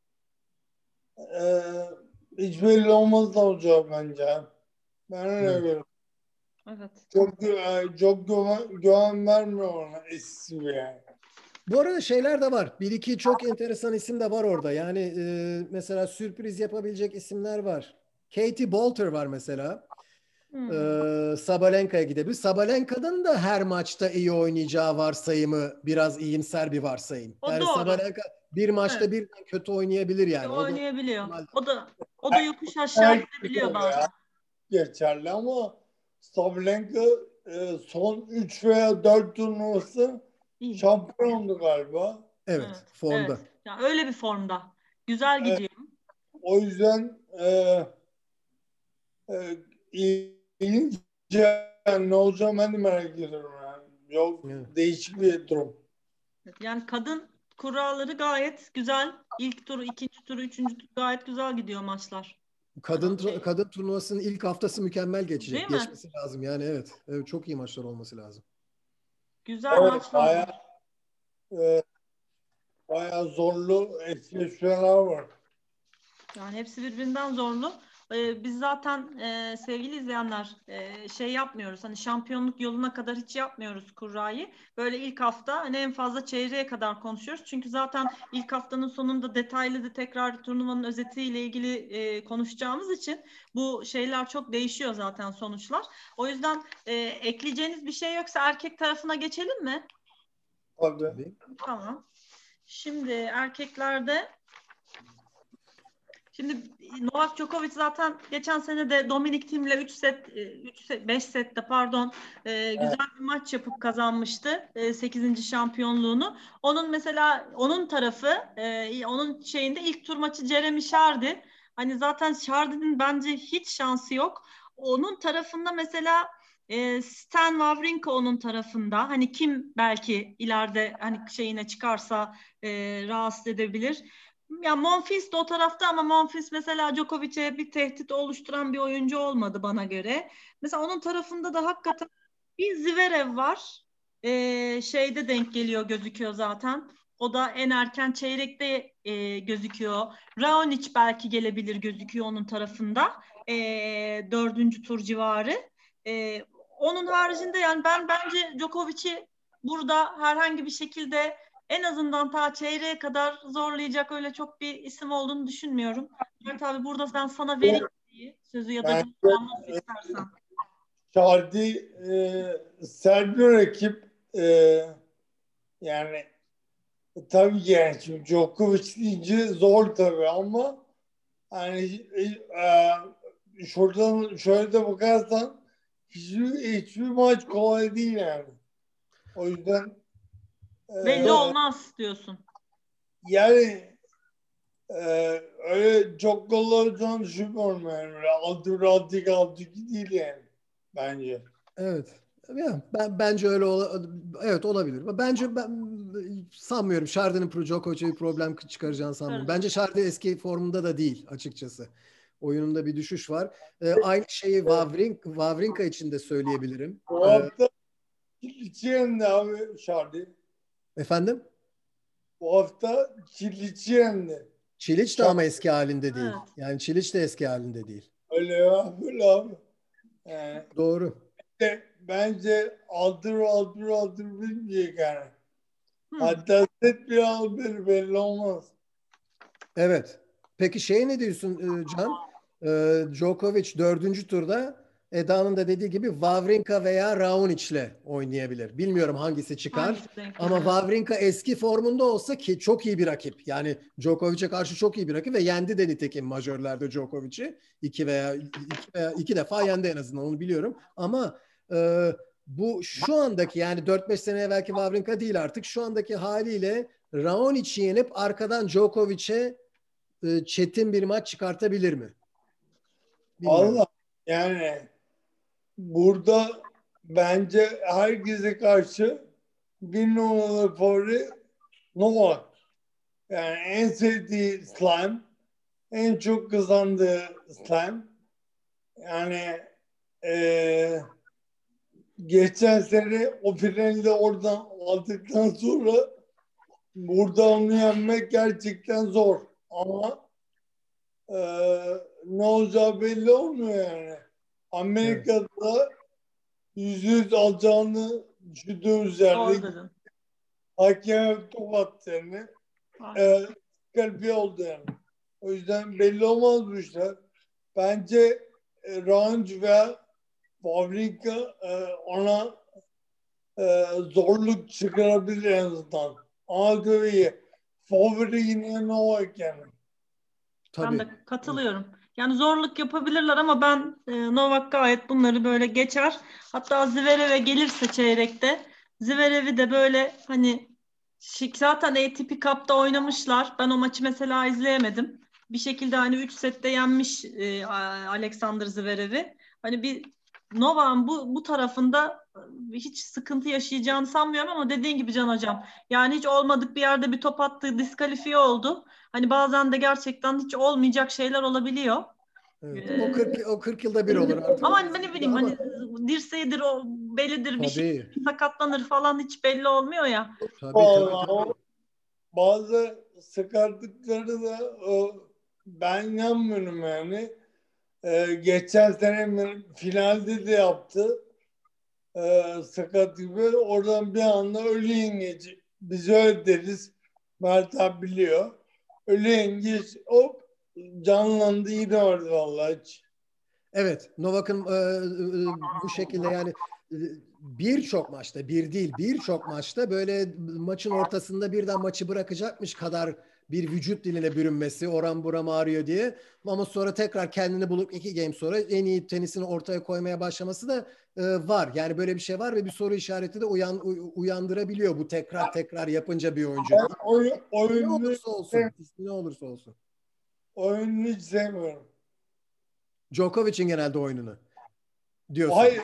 Speaker 3: hiç belli olmaz da olacağı bence. Ben öyle görüyorum.
Speaker 1: Evet.
Speaker 3: Çok güven vermiyor ona eskisi yani.
Speaker 2: Bu arada şeyler de var. Bir iki çok enteresan isim de var orada. Yani mesela sürpriz yapabilecek isimler var. Katie Boulter var mesela. Sabalenka'ya gidebilir. Sabalenka'nın da her maçta iyi oynayacağı varsayımı biraz iyimser bir varsayım.
Speaker 1: O
Speaker 2: yani
Speaker 1: doğru.
Speaker 2: Sabalenka bir maçta birden kötü oynayabilir yani.
Speaker 1: Oynayabiliyor. O da yokuş aşağı gidebiliyor bazen.
Speaker 3: Geçerli ama Sabalenka son 3 veya 4 turnuvası şampiyondu galiba.
Speaker 2: Evet, formda.
Speaker 1: Evet. Yani öyle bir formda. Güzel gidiyor.
Speaker 3: O yüzden ilginç ne olacağını ben de merak ediyorum. Yani. Yok, değişik bir durum.
Speaker 1: Yani kadın kuralları gayet güzel. İlk tur, ikinci tur, üçüncü tur gayet güzel gidiyor maçlar.
Speaker 2: Kadın turnuvasının ilk haftası mükemmel geçecek.
Speaker 1: Değil mi?
Speaker 2: Geçmesi lazım yani evet. Evet. Çok iyi maçlar olması lazım.
Speaker 1: Güzel maçlar.
Speaker 3: Bayağı zorlu eşleşmeler var.
Speaker 1: Yani hepsi birbirinden zorlu. Biz zaten sevgili izleyenler şey yapmıyoruz. Hani şampiyonluk yoluna kadar hiç yapmıyoruz kurrayı. Böyle ilk hafta hani en fazla çeyreğe kadar konuşuyoruz. Çünkü zaten ilk haftanın sonunda detaylı da tekrar turnuvanın özetiyle ilgili konuşacağımız için bu şeyler çok değişiyor zaten sonuçlar. O yüzden ekleyeceğiniz bir şey yoksa erkek tarafına geçelim mi?
Speaker 3: Tabii.
Speaker 1: Tamam. Şimdi erkeklerde Novak Djokovic zaten geçen sene de Dominic Thiem'le 5 sette güzel bir maç yapıp kazanmıştı 8. şampiyonluğunu. Onun mesela onun tarafı onun şeyinde ilk tur maçı Jeremy Chardy. Hani zaten Chardy'nin bence hiç şansı yok. Onun tarafında mesela Stan Wawrinka onun tarafında. Hani kim belki ileride hani şeyine çıkarsa rahatsız edebilir. Ya Monfils de o tarafta ama Monfils mesela Djokovic'e bir tehdit oluşturan bir oyuncu olmadı bana göre. Mesela onun tarafında da hakikaten bir Zverev var. Şeyde denk geliyor gözüküyor zaten. O da en erken çeyrekte gözüküyor. Raonic belki gelebilir gözüküyor onun tarafında. 4. tur civarı. Onun haricinde yani ben bence Djokovic'i burada herhangi bir şekilde en azından ta çeyreğe kadar zorlayacak öyle çok bir isim olduğunu düşünmüyorum. Tabii burada ben sana vereyim sözü ya da nasıl istersen.
Speaker 3: Chardy sert bir rakip yani tabii yani şimdi Djokovic deyince zor tabii ama hani şuradan şöyle de bakarsan hiçbir maç kolay değil yani. O yüzden
Speaker 1: belli olmaz diyorsun.
Speaker 3: Yani öyle çok gol olacağını düşünmüyorum yani. 6-1, 6-2 değil yani. Bence.
Speaker 2: Evet. Ya, bence öyle evet olabilir. Bence ben sanmıyorum. Chardy'nin Djokovic'e bir problem çıkaracağını sanmıyorum. Bence Chardy eski formunda da değil açıkçası. Oyununda bir düşüş var. Aynı şeyi Wawrinka için de söyleyebilirim.
Speaker 3: Bu hafta Çiliç'i yendi abi Şardi.
Speaker 2: Efendim?
Speaker 3: Bu hafta Çiliç'i yendi.
Speaker 2: Çiliç de ama eski halinde değil.
Speaker 1: Evet.
Speaker 2: Yani Çiliç de eski halinde değil.
Speaker 3: Öyle ya, öyle abi. Yani,
Speaker 2: Doğru.
Speaker 3: bence aldır bilmeyecek yani.
Speaker 1: Hı.
Speaker 3: Hatta set bir aldır belli olmaz.
Speaker 2: Evet. Peki ne diyorsun Can? Djokovic 4. turda Eda'nın da dediği gibi Wawrinka veya Raonic'le oynayabilir. Bilmiyorum hangisi çıkar.
Speaker 1: Hangisi denk
Speaker 2: Ama
Speaker 1: gelir?
Speaker 2: Wawrinka eski formunda olsa ki çok iyi bir rakip. Yani Djokovic'e karşı çok iyi bir rakip ve yendi de nitekim majörlerde Djokovic'i. İki defa yendi en azından, onu biliyorum. Ama bu şu andaki, yani 4-5 sene evvelki Wawrinka değil artık. Şu andaki haliyle Raonic'i yenip arkadan Djokovic'e çetin bir maç çıkartabilir mi? Bilmiyorum.
Speaker 3: Allah, yani burada bence herkese karşı bir numaralı favori Novak. Yani en sevdiği slime, en çok kazandığı slime. Yani geçen sene o finalde oradan aldıktan sonra burada onu yenmek gerçekten zor. Ama ne olacağı belli olmuyor yani. Amerika'da %100 alacağını düşündüğümüz
Speaker 1: Doğru
Speaker 3: yerde
Speaker 1: dedin.
Speaker 3: hakeme top attığını kalbi oldu yani. O yüzden belli olmaz bu işler. Bence Range ve Wawrinka ona zorluk çıkarabilir en azından. Ama göre favori yine Novak yani.
Speaker 1: Ben
Speaker 2: Tabii.
Speaker 1: de katılıyorum. Yani zorluk yapabilirler ama ben Novak gayet bunları böyle geçer. Hatta Zverev'e gelirse çeyrekte, Zverev'i de böyle hani zaten ATP Cup'ta oynamışlar. Ben o maçı mesela izleyemedim. Bir şekilde hani 3 sette yenmiş Alexander Zverev'i. Hani bir Novak'ın bu tarafında hiç sıkıntı yaşayacağını sanmıyorum ama dediğin gibi Can Hocam. Yani hiç olmadık bir yerde bir top attı, diskalifiye oldu. Hani bazen de gerçekten hiç olmayacak şeyler olabiliyor.
Speaker 2: Evet.
Speaker 1: Ee,
Speaker 2: O 40 yılda bir olur artık.
Speaker 1: ama hani ben ne bileyim
Speaker 2: Ama
Speaker 1: hani dirseğidir o belidir bir şey
Speaker 2: tabii.
Speaker 1: sakatlanır falan hiç belli olmuyor ya.
Speaker 3: Vallahi bazı sakatlıkları da ben inanmıyorum yani. Geçen sene finalde de yaptı. Sakat gibi oradan bir anda ölü yengeç. Biz öyle deriz. Mert abi biliyor. Ölü yengeç hop canlandı yine vardı vallahi.
Speaker 2: Evet, Novak'ın bu şekilde yani e, birçok maçta, bir değil birçok maçta böyle maçın ortasında birden maçı bırakacakmış kadar bir vücut diline bürünmesi, oram buram ağrıyor diye, ama sonra tekrar kendini bulup 2 game sonra en iyi tenisini ortaya koymaya başlaması da var. Yani böyle bir şey var ve bir soru işareti de uyandırabiliyor bu tekrar yapınca bir oyuncu.
Speaker 3: Ben
Speaker 2: Ne olursa olsun, ismi ne olursa olsun.
Speaker 3: oyununu hiç sevmiyorum.
Speaker 2: Djokovic'in genelde oyununu diyorsun.
Speaker 3: Hayır.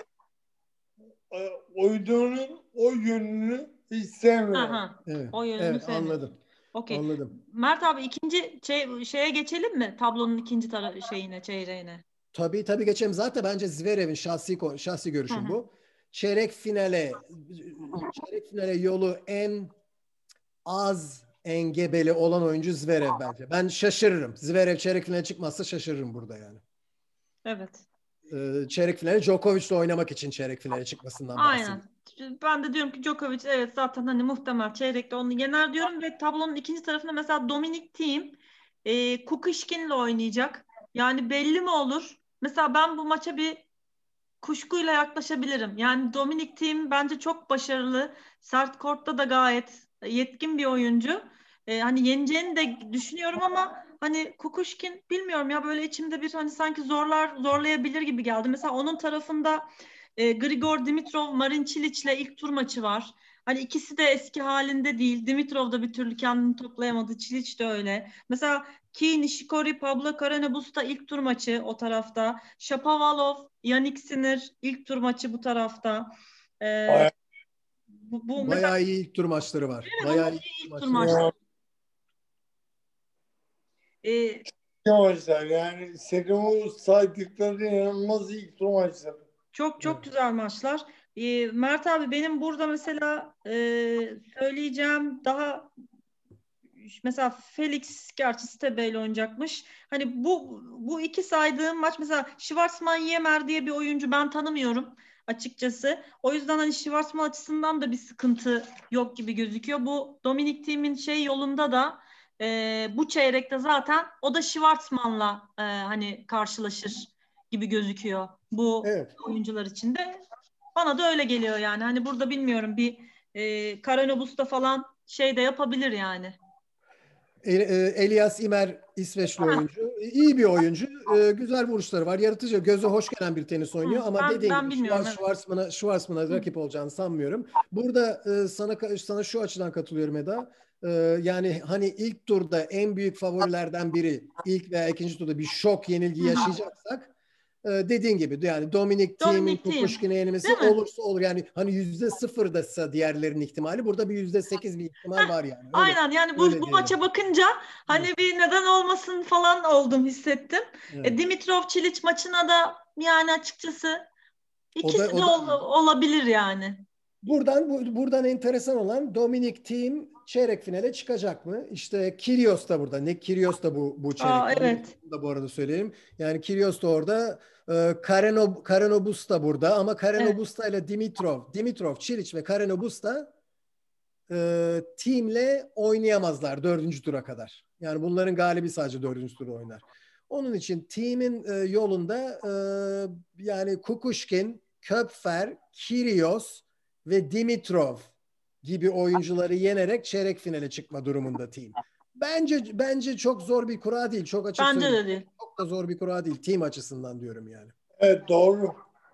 Speaker 3: Oyununun o yönünü hiç sevmiyorum.
Speaker 1: Aha,
Speaker 2: Evet,
Speaker 1: o yönünü
Speaker 2: evet,
Speaker 1: sevmiyorum.
Speaker 2: anladım.
Speaker 1: Okey.
Speaker 2: Anladım.
Speaker 1: Mert abi ikinci şeye geçelim mi? Tablonun ikinci çeyreğine.
Speaker 2: Tabii geçelim. Zaten bence Zverev'in şahsi
Speaker 1: Hı
Speaker 2: görüşüm
Speaker 1: hı.
Speaker 2: bu. Çeyrek finale yolu en az engebeli olan oyuncu Zverev bence. Ben şaşırırım. Zverev çeyrek finale çıkmazsa şaşırırım burada yani.
Speaker 1: Evet.
Speaker 2: Çeyrek finale Djokovic'le oynamak için çeyrek finale çıkmasından bahsediyorum.
Speaker 1: Aynen. Ben de diyorum ki Djokovic evet zaten hani muhtemel çeyrekte onu yener diyorum ve tablonun ikinci tarafında mesela Dominic Thiem Kukuşkin'le oynayacak. Yani belli mi olur? Mesela ben bu maça bir kuşkuyla yaklaşabilirim. Yani Dominic Thiem bence çok başarılı. Sert kortta da gayet yetkin bir oyuncu. Hani yeneceğini de düşünüyorum ama hani Kukuşkin bilmiyorum ya böyle içimde bir hani sanki zorlayabilir gibi geldi. Mesela onun tarafında Grigor Dimitrov Marin Cilic'le ilk tur maçı var. Hani ikisi de eski halinde değil. Dimitrov da bir türlü kendini toplayamadı. Cilic de öyle. Mesela Ki Nishikori, Pablo Carreño Busta ilk tur maçı o tarafta. Shapovalov, Yannick Sinner ilk tur maçı bu tarafta.
Speaker 3: Bayağı
Speaker 1: Bu mesela
Speaker 2: Bayağı iyi ilk tur maçları var.
Speaker 1: değil mi?
Speaker 2: Bayağı
Speaker 1: Bunlar
Speaker 2: iyi
Speaker 1: iyi
Speaker 2: ilk tur
Speaker 1: ilk tur
Speaker 2: maçları var.
Speaker 1: maçları. E,
Speaker 3: maçlar yani senin o saydıkları inanılmaz ilk tur maçları.
Speaker 1: çok
Speaker 2: Evet.
Speaker 1: güzel maçlar. Mert abi benim burada mesela söyleyeceğim daha mesela Felix gerçi Stebe ile oynayacakmış. Hani bu iki saydığım maç mesela Schwarzman Yemer diye bir oyuncu ben tanımıyorum açıkçası. O yüzden hani Schwarzman açısından da bir sıkıntı yok gibi gözüküyor. Bu Dominic Thiem'in yolunda da bu çeyrekte zaten o da Schwarzman'la hani karşılaşır gibi gözüküyor bu
Speaker 2: Evet.
Speaker 1: oyuncular için de. Bana da öyle geliyor yani. Hani burada bilmiyorum bir Karanobus'ta falan de yapabilir yani.
Speaker 2: Elias Imer İsveçli oyuncu. İyi bir oyuncu. Güzel vuruşları var. Yaratıcı, gözü hoş gelen bir tenis oynuyor. Ama dediğin
Speaker 1: Ben
Speaker 2: gibi
Speaker 1: bilmiyorum. Evet.
Speaker 2: Schwarzman'a rakip olacağını sanmıyorum. Burada sana şu açıdan katılıyorum Eda. Yani hani ilk turda en büyük favorilerden biri, ilk veya ikinci turda bir şok yenilgi yaşayacaksak, dediğin gibi yani Dominic Thiem'in
Speaker 1: Dominic Thiem.
Speaker 2: Kukushkin'e yenilmesi
Speaker 1: Değil mi?
Speaker 2: olursa olur. Yani hani %0'dasa diğerlerinin ihtimali, burada bir %8 bir ihtimal var yani.
Speaker 1: Aynen yani
Speaker 2: Öyle
Speaker 1: bu
Speaker 2: diyelim.
Speaker 1: maça bakınca hani bir neden olmasın falan oldum, hissettim.
Speaker 2: Evet.
Speaker 1: Dimitrov Çiliç maçına da yani açıkçası
Speaker 2: O da
Speaker 1: ikisi de
Speaker 2: o da
Speaker 1: olabilir yani.
Speaker 2: buradan enteresan olan, Dominic Thiem çeyrek finale çıkacak mı? İşte Kyrgios da burada. Nick Kyrgios da bu çeyrek finale.
Speaker 1: Evet.
Speaker 2: Bunu da bu arada söyleyeyim. Yani Kyrgios da orada. Karen Busta burada, ama Karen
Speaker 1: Evet.
Speaker 2: Busta ile Dimitrov, Çiliç ve Karen Busta Thiem'le oynayamazlar dördüncü tura kadar. Yani bunların galibi sadece dördüncü tura oynar. Onun için Thiem'in yolunda yani Kukushkin, Köpfer, Kyrgios ve Dimitrov gibi oyuncuları yenerek çeyrek finale çıkma durumunda Thiem. Bence çok zor bir kura değil. Çok açık
Speaker 1: Bence
Speaker 2: söyleyeyim.
Speaker 1: de değil.
Speaker 2: Çok da zor bir kura değil. Thiem açısından diyorum yani.
Speaker 3: Evet, doğru.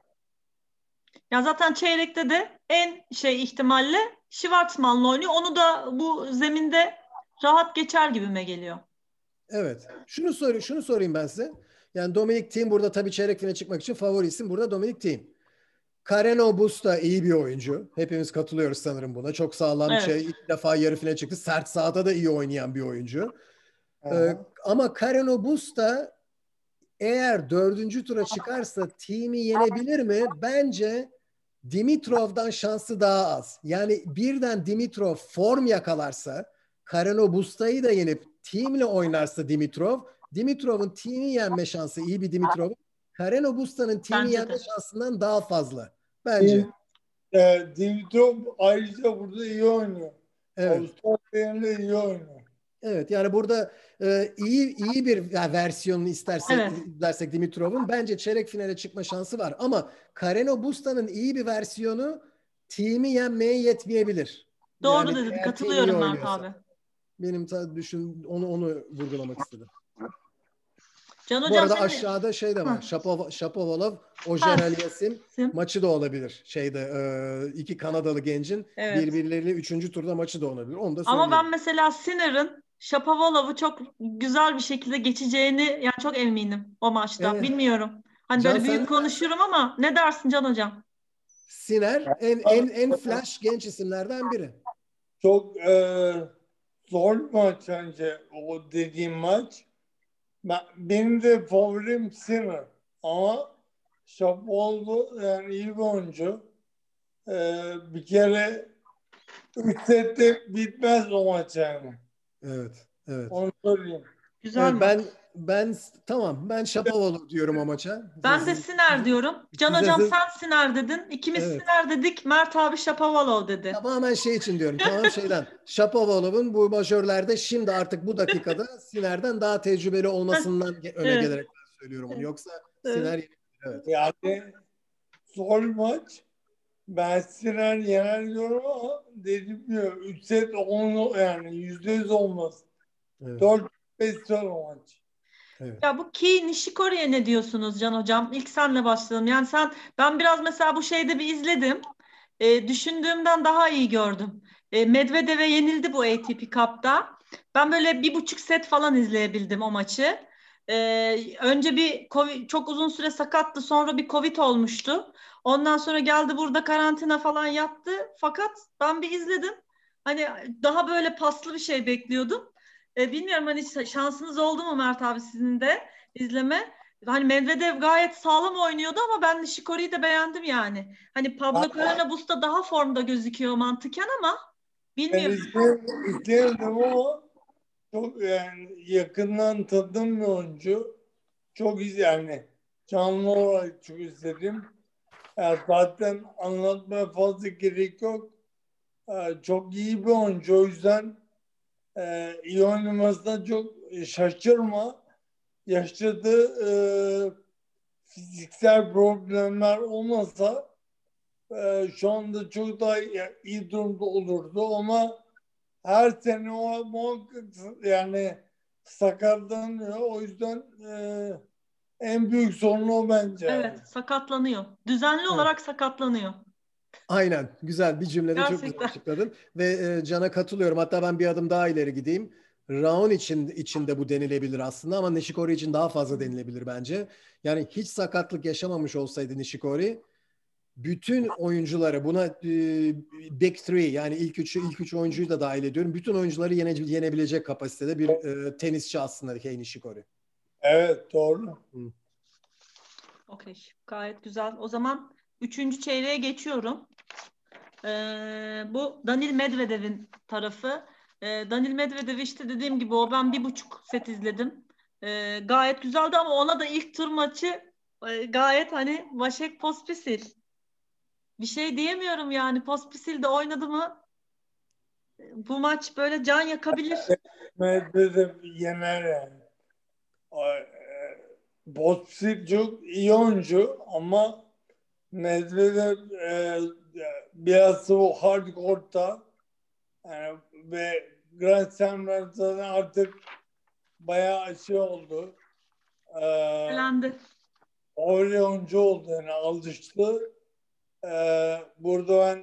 Speaker 1: Ya zaten çeyrekte de en ihtimalle Schwartzman'la oynuyor. Onu da bu zeminde rahat geçer gibime geliyor.
Speaker 2: Evet. Şunu sorayım ben size. Yani Dominic Thiem burada tabii çeyrek finale çıkmak için favori isim burada Dominic Thiem. Karen Busta iyi bir oyuncu. Hepimiz katılıyoruz sanırım buna. Çok sağlam
Speaker 1: Evet.
Speaker 2: ilk defa yarı finale çıktı. Sert sahada da iyi oynayan bir oyuncu.
Speaker 3: Aha.
Speaker 2: Ama Karen Busta eğer dördüncü tura çıkarsa Thiem'i yenebilir mi? Bence Dimitrov'dan şansı daha az. Yani birden Dimitrov form yakalarsa, Karen Busta'yı da yenip Thiem'le oynarsa Dimitrov'un Thiem'i yenme şansı, iyi bir Dimitrov'un Karen Busta'nın Thiem'i
Speaker 1: Bence
Speaker 2: yenme
Speaker 1: de.
Speaker 2: şansından daha fazla. Bence.
Speaker 3: Dimitrov ayrıca burada iyi oynuyor.
Speaker 2: Evet.
Speaker 3: Avustralya'da iyi oynuyor.
Speaker 2: Evet, yani burada iyi bir versiyonunu
Speaker 1: Evet.
Speaker 2: izlersek Dimitrov'un, bence çeyrek finale çıkma şansı var. Ama Karen Busta'nın iyi bir versiyonu Thiem'i yenmeye yetmeyebilir.
Speaker 1: Doğru
Speaker 2: Yani
Speaker 1: dedi.
Speaker 2: eğer Thiem iyi
Speaker 1: Katılıyorum Mert
Speaker 2: oynuyorsa.
Speaker 1: abi.
Speaker 2: Benim onu vurgulamak istedim.
Speaker 1: Can
Speaker 2: Bu
Speaker 1: hocam
Speaker 2: arada
Speaker 1: senin...
Speaker 2: aşağıda de var.
Speaker 1: Hı.
Speaker 2: Shapovalov,
Speaker 1: Ha,
Speaker 2: Ojer Aliassime
Speaker 1: sim.
Speaker 2: maçı da olabilir. İki Kanadalı gencin
Speaker 1: Evet.
Speaker 2: birbirleriyle üçüncü turda maçı da olabilir. Onu da
Speaker 1: Ama ben
Speaker 2: söyleyelim.
Speaker 1: mesela Sinner'ın Shapovalov'u çok güzel bir şekilde geçeceğini yani çok eminim o maçta.
Speaker 2: Evet.
Speaker 1: Bilmiyorum. Hani
Speaker 2: Can,
Speaker 1: böyle
Speaker 2: sen
Speaker 1: büyük
Speaker 2: ne dersin?
Speaker 1: konuşurum ama ne dersin Can hocam?
Speaker 2: Sinner en flash genç isimlerden biri.
Speaker 3: Çok zor maç bence o dediğim maç. Benim de favorim Sinner. Ama Shapovalov yani iyi bir oyuncu. Bir kere 3 sette bitmez o maç yani.
Speaker 2: Evet, evet.
Speaker 3: Onu söyleyeyim.
Speaker 1: Güzel
Speaker 2: Evet,
Speaker 1: maç.
Speaker 2: ben Shapovalov diyorum o maça.
Speaker 1: Ben de Sinner diyorum. Can hocam
Speaker 2: Size
Speaker 1: sen Sinner dedin. İkimiz
Speaker 2: evet.
Speaker 1: Sinner dedik. Mert abi Shapovalov dedi.
Speaker 2: Tamamen şey için diyorum. Tamam, şeyden. Shapovalov'un bu majörlerde şimdi artık bu dakikada Sinner'den daha tecrübeli olmasından öne
Speaker 1: Evet.
Speaker 2: gelerek ben söylüyorum onu. Yoksa
Speaker 1: Evet.
Speaker 2: Sinner, evet.
Speaker 3: Yani zor maç. Ben Sinner yener diyorum ama dedim ya 3 set 10 yani %100 olmaz.
Speaker 2: Evet.
Speaker 3: 4-5 set o maç.
Speaker 2: Evet.
Speaker 1: Ya bu Ki Nishikori'ye ne diyorsunuz Can hocam? İlk senle başlayalım. Yani ben biraz mesela bu bir izledim. Düşündüğümden daha iyi gördüm. Medvedev'e yenildi bu ATP Cup'ta. Ben böyle 1,5 set falan izleyebildim o maçı. Önce bir COVID, çok uzun süre sakattı. Sonra bir Covid olmuştu. Ondan sonra geldi burada karantina falan yattı. Fakat ben bir izledim. Hani daha böyle paslı bir şey bekliyordum. Bilmiyorum hani şansınız oldu mu Mert abi sizin de izleme. Hani Medvedev gayet sağlam oynuyordu ama ben Nishikori'yi de beğendim yani. Hani Pablo Carreño daha formda gözüküyor mantıken ama
Speaker 3: Ben
Speaker 1: bilmiyorum.
Speaker 3: izleyemedim ama çok yani yakından tanıdığım bir oyuncu. Çok iyi yani canlı olarak çok izledim. Yani zaten anlatmaya fazla gerek yok. Çok iyi bir oyuncu. O yüzden iyi oynamasına çok şaşırma. Yaşadığı fiziksel problemler olmasa şu anda çok daha iyi durumda olurdu ama her sene o muhakkak yani sakatlanıyor. O yüzden en büyük sorun o bence.
Speaker 1: Evet, sakatlanıyor. Düzenli
Speaker 2: Evet.
Speaker 1: olarak sakatlanıyor.
Speaker 2: Aynen. Güzel bir cümlede çok güzel
Speaker 1: Gerçekten.
Speaker 2: açıkladın. Ve Can'a katılıyorum. Hatta ben bir adım daha ileri gideyim. Raon içinde bu denilebilir aslında ama Nishikori için daha fazla denilebilir bence. Yani hiç sakatlık yaşamamış olsaydı Nishikori bütün oyuncuları buna Big Three yani ilk üç oyuncuyu da dahil ediyorum. Bütün oyuncuları yenebilecek kapasitede bir tenisçi aslında Kei Nishikori.
Speaker 3: Evet doğru.
Speaker 1: Okey. Gayet güzel. O zaman 3. çeyreğe geçiyorum. Bu Danil Medvedev'in tarafı. Danil Medvedev işte dediğim gibi ben 1,5 set izledim. Gayet güzeldi ama ona da ilk tur maçı gayet hani Vaşek Pospisil. Bir şey diyemiyorum yani. Pospisil de oynadı mı bu maç böyle can yakabilir.
Speaker 3: Medvedev yener yani. Boksic çok iyi oyuncu ama Medvedev biraz o hardcore'da yani ve Grand Slam'larda artık bayağı şey oldu.
Speaker 1: Elendi.
Speaker 3: Öyle oyuncu oldu yani alıştı. Burada ben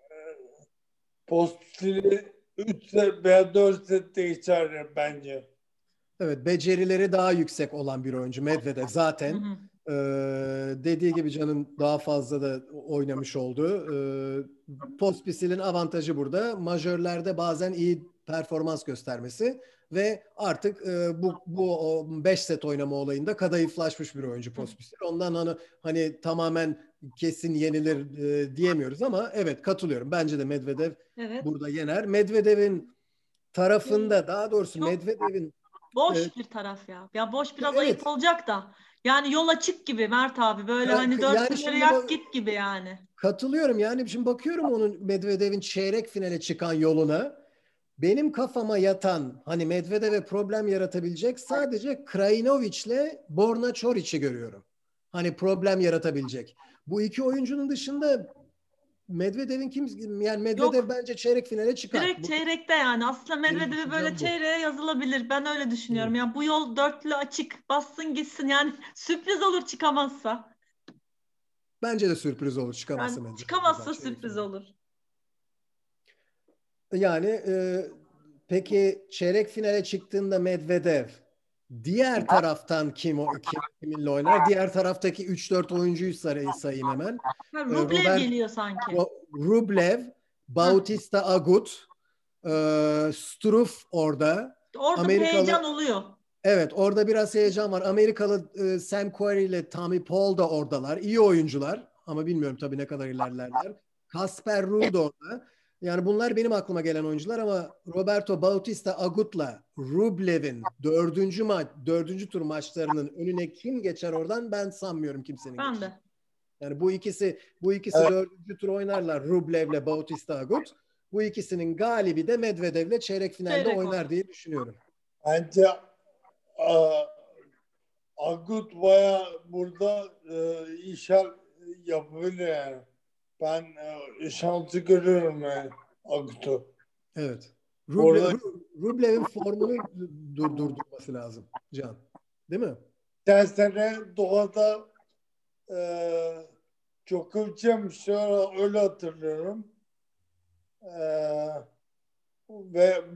Speaker 3: Postil'i 3 set veya 4 sette geçer bence.
Speaker 2: Evet, becerileri daha yüksek olan bir oyuncu Medvedev
Speaker 1: Hı
Speaker 2: zaten.
Speaker 1: hı.
Speaker 2: Dediği gibi Can'ın daha fazla da oynamış olduğu. Pospisil'in avantajı burada. Majörlerde bazen iyi performans göstermesi ve artık bu 5 set oynama olayında kadayıflaşmış bir oyuncu Pospisil. Ondan hani tamamen kesin yenilir diyemiyoruz ama evet katılıyorum. Bence de Medvedev
Speaker 1: Evet.
Speaker 2: burada yener. Medvedev'in tarafında daha doğrusu
Speaker 1: Çok
Speaker 2: Medvedev'in
Speaker 1: boş bir taraf ya. Ya boş biraz ayıp
Speaker 2: evet.
Speaker 1: olacak da. Yani yol açık gibi Mert abi. Böyle hani 4
Speaker 2: Yani
Speaker 1: sıfır
Speaker 2: şimdi
Speaker 1: yak git gibi yani.
Speaker 2: katılıyorum. Yani şimdi bakıyorum onun Medvedev'in çeyrek finale çıkan yoluna. Benim kafama yatan hani Medvedev'e problem yaratabilecek sadece Krajinovic'le Borna Çorić'i görüyorum. Hani problem yaratabilecek. Bu iki oyuncunun dışında Medvedev'in yani Medvedev
Speaker 1: Yok.
Speaker 2: bence çeyrek finale çıkar.
Speaker 1: Direkt
Speaker 2: Bu
Speaker 1: çeyrekte yani. Aslında
Speaker 2: benim
Speaker 1: Medvedev'i böyle
Speaker 2: düşüncem bu.
Speaker 1: çeyreğe yazılabilir. Ben öyle düşünüyorum.
Speaker 2: Hı.
Speaker 1: Yani bu yol dörtlü açık. Bassın gitsin. Yani sürpriz olur çıkamazsa.
Speaker 2: Bence de sürpriz olur çıkamazsa
Speaker 1: Yani
Speaker 2: Medvedev buradan
Speaker 1: çıkamazsa
Speaker 2: çeyrek
Speaker 1: sürpriz
Speaker 2: finale.
Speaker 1: olur.
Speaker 2: Yani peki çeyrek finale çıktığında Medvedev diğer taraftan kiminle oynar? Diğer taraftaki 3-4 oyuncuyu sayayım hemen.
Speaker 1: Ha, Rublev geliyor sanki.
Speaker 2: Rublev,
Speaker 1: Hah,
Speaker 2: Bautista Agut, Struff orada.
Speaker 1: orada bir heyecan
Speaker 2: Amerikalı
Speaker 1: oluyor.
Speaker 2: evet orada biraz heyecan var. Amerikalı Sam Querrey ile Tommy Paul da oradalar. İyi oyuncular ama bilmiyorum tabii ne kadar ilerlerler. Casper Ruud orada. Yani bunlar benim aklıma gelen oyuncular ama Roberto Bautista Agut'la Rublev'in dördüncü tur maçlarının önüne kim geçer oradan ben sanmıyorum kimsenin
Speaker 1: Ben
Speaker 2: geçeceğini.
Speaker 1: de.
Speaker 2: Yani bu ikisi
Speaker 3: Evet,
Speaker 2: dördüncü tur oynarlar Rublev'le Bautista Agut. Bu ikisinin galibi de Medvedev'le çeyrek finalde
Speaker 1: Çeyrek
Speaker 2: oynar
Speaker 1: oynar.
Speaker 2: diye düşünüyorum.
Speaker 3: bence e, Agut baya burada işler yapabilir yani. Ben şansı görüyorum yani Agut'u.
Speaker 2: Evet.
Speaker 3: Burada
Speaker 2: Rublev'in formunu durdurması lazım Can. Değil mi?
Speaker 3: geçen sene Doğa'da Djokovic yemişti, öyle hatırlıyorum. Ve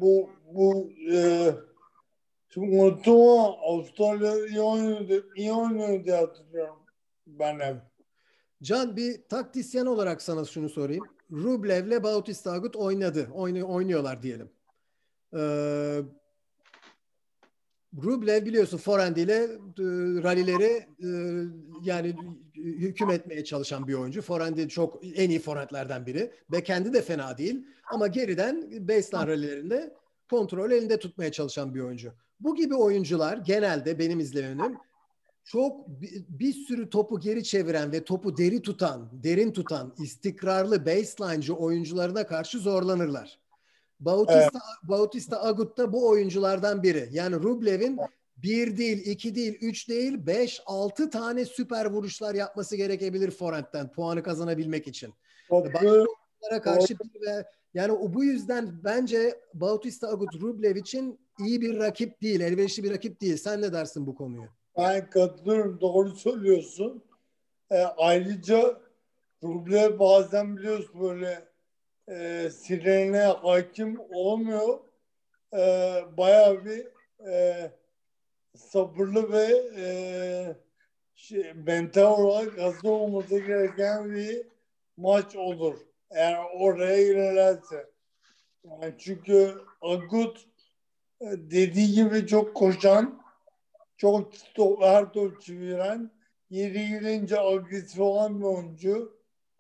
Speaker 3: şimdi unuttum ama Avustralya iyi oynuyordu diye hatırlıyorum ben hep.
Speaker 2: Evet. Can bir taktisyen olarak sana şunu sorayım. Rublev'le Bautista Agut oynadı. Oynuyorlar diyelim. Ee, Rublev biliyorsun forehandiyle rallileri yani hüküm etmeye çalışan bir oyuncu. Forehand'i çok en iyi forehandlerden biri. Backhand'i de fena değil. Ama geriden baseline rallilerinde kontrol elinde tutmaya çalışan bir oyuncu. Bu gibi oyuncular genelde benim izlemim çok bir sürü topu geri çeviren ve topu derin tutan, istikrarlı baseline'cı oyuncularına karşı zorlanırlar. Bautista Agut da bu oyunculardan biri. Yani Rublev'in 1 değil, 2 değil, 3 değil, 5, 6 tane süper vuruşlar yapması gerekebilir forehand'den puanı kazanabilmek için. Başka oyunculara karşı yani bu yüzden bence Bautista Agut Rublev için iyi bir rakip değil, elverişli bir rakip değil. Sen ne dersin bu konuya?
Speaker 3: Ben katılıyorum. Doğru söylüyorsun. Ayrıca Rublev bazen biliyorsun böyle sinirine hakim olamıyor. Bayağı bir sabırlı ve mental olarak hazır olması gereken bir maç olur. Eğer oraya girerse. Yani çünkü Agut dediği gibi çok koşan, çok her top çeviren, yeri gelince agresif olan bir oyuncu.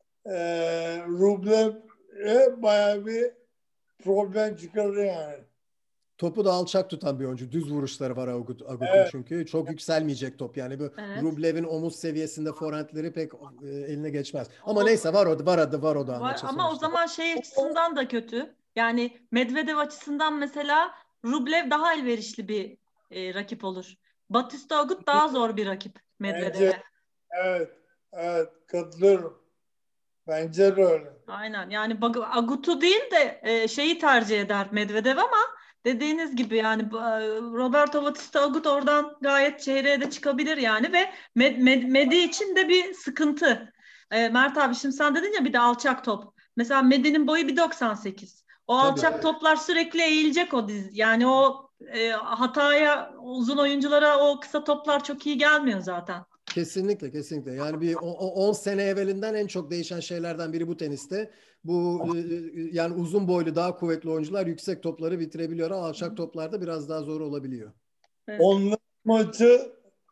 Speaker 3: Rublev bayağı bir problem çıkarır yani.
Speaker 2: Topu da alçak tutan bir oyuncu. Düz vuruşları var Agut'un
Speaker 3: Evet.
Speaker 2: çünkü. Çok yükselmeyecek top. Yani bu Rublev'in omuz seviyesinde forehandleri pek eline geçmez. Ama neyse var o da
Speaker 1: var ama o zaman şey açısından da kötü. Yani Medvedev açısından mesela Rublev daha elverişli bir rakip olur. Bautista Agut daha zor bir rakip Medvedev'e.
Speaker 3: Evet, katılıyorum. Bence de öyle.
Speaker 1: Aynen. Yani Agut'u değil de şeyi tercih eder Medvedev ama dediğiniz gibi yani Roberto Bautista Agut oradan gayet çeyreğe de çıkabilir yani ve Medi için de bir sıkıntı. Mert abi şimdi sen dedin ya bir de alçak top. Mesela Medi'nin boyu 1.98. O alçak toplar sürekli eğilecek o diz. Yani o hataya uzun oyunculara o kısa toplar çok iyi gelmiyor zaten.
Speaker 2: Kesinlikle. Yani bir 10 sene evvelinden en çok değişen şeylerden biri bu teniste. Bu yani uzun boylu daha kuvvetli oyuncular yüksek topları bitirebiliyor ama alçak toplarda biraz daha zor olabiliyor.
Speaker 1: Evet.
Speaker 3: Onların maçı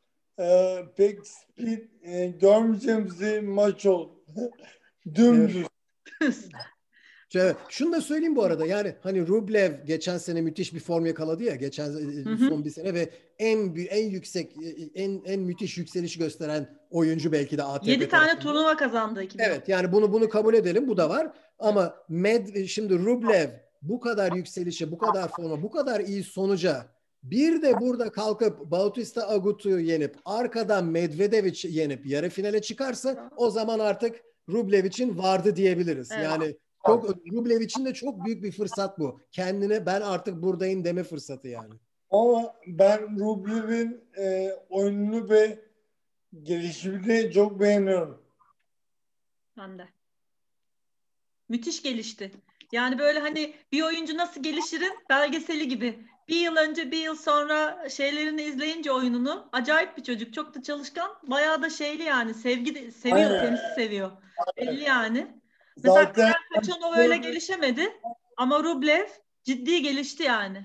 Speaker 3: pek speed görmeyeceğimiz bir maç oldu. Dümdüz.
Speaker 2: Şunu da söyleyeyim bu arada yani hani Rublev geçen sene müthiş bir form yakaladı ya geçen son bir sene ve en yüksek en müthiş yükselişi gösteren oyuncu belki de ATP
Speaker 1: 7 tane
Speaker 2: tarafından.
Speaker 1: turnuva kazandı 2010.
Speaker 2: Evet yani bunu kabul edelim bu da var ama şimdi Rublev bu kadar yükselişe bu kadar forma bu kadar iyi sonuca bir de burada kalkıp Bautista Agut'u yenip arkadan Medvedev'i yenip yarı finale çıkarsa o zaman artık Rublev için vardı diyebiliriz. Evet. Yani Rublev için de çok büyük bir fırsat bu. Kendine ben artık buradayım deme fırsatı yani.
Speaker 3: Ama ben Rublev'in oyununu ve gelişimini çok beğeniyorum.
Speaker 1: Ben de. Müthiş gelişti. Yani böyle hani bir oyuncu nasıl gelişirin belgeseli gibi. Bir yıl önce bir yıl sonra şeylerini izleyince oyununu acayip bir çocuk. Çok da çalışkan. Bayağı da şeyli yani seviyor, tenisi seviyor. Belli yani. Mesela Karen Khachanov öyle gelişemedi. Ama Rublev ciddi gelişti yani.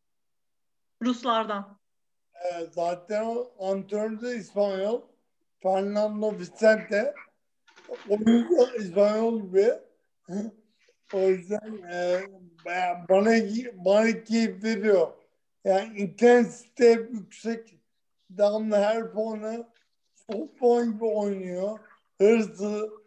Speaker 1: Ruslardan.
Speaker 3: Zaten o antrenör de İspanyol. Fernando Vicente. Oyuncu İspanyol gibi. O yüzden bana keyif veriyor. Yani intensite yüksek. Damla her puanı çok puan gibi oynuyor. Hırslı,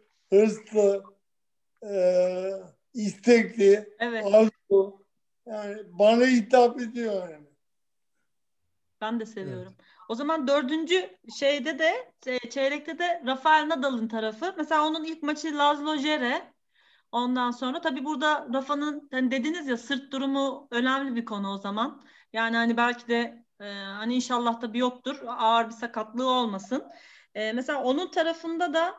Speaker 3: istekli,
Speaker 1: Evet.
Speaker 3: arzu. Yani bana hitap ediyor yani.
Speaker 1: Ben de seviyorum. Evet. O zaman 4. şeyde de çeyrekte de Rafael Nadal'ın tarafı. Mesela onun ilk maçı Laszlo Djere. Ondan sonra tabii burada Rafa'nın hani dediniz ya sırt durumu önemli bir konu o zaman. Yani hani belki de hani inşallah tabii yoktur. Ağır bir sakatlığı olmasın. Mesela onun tarafında da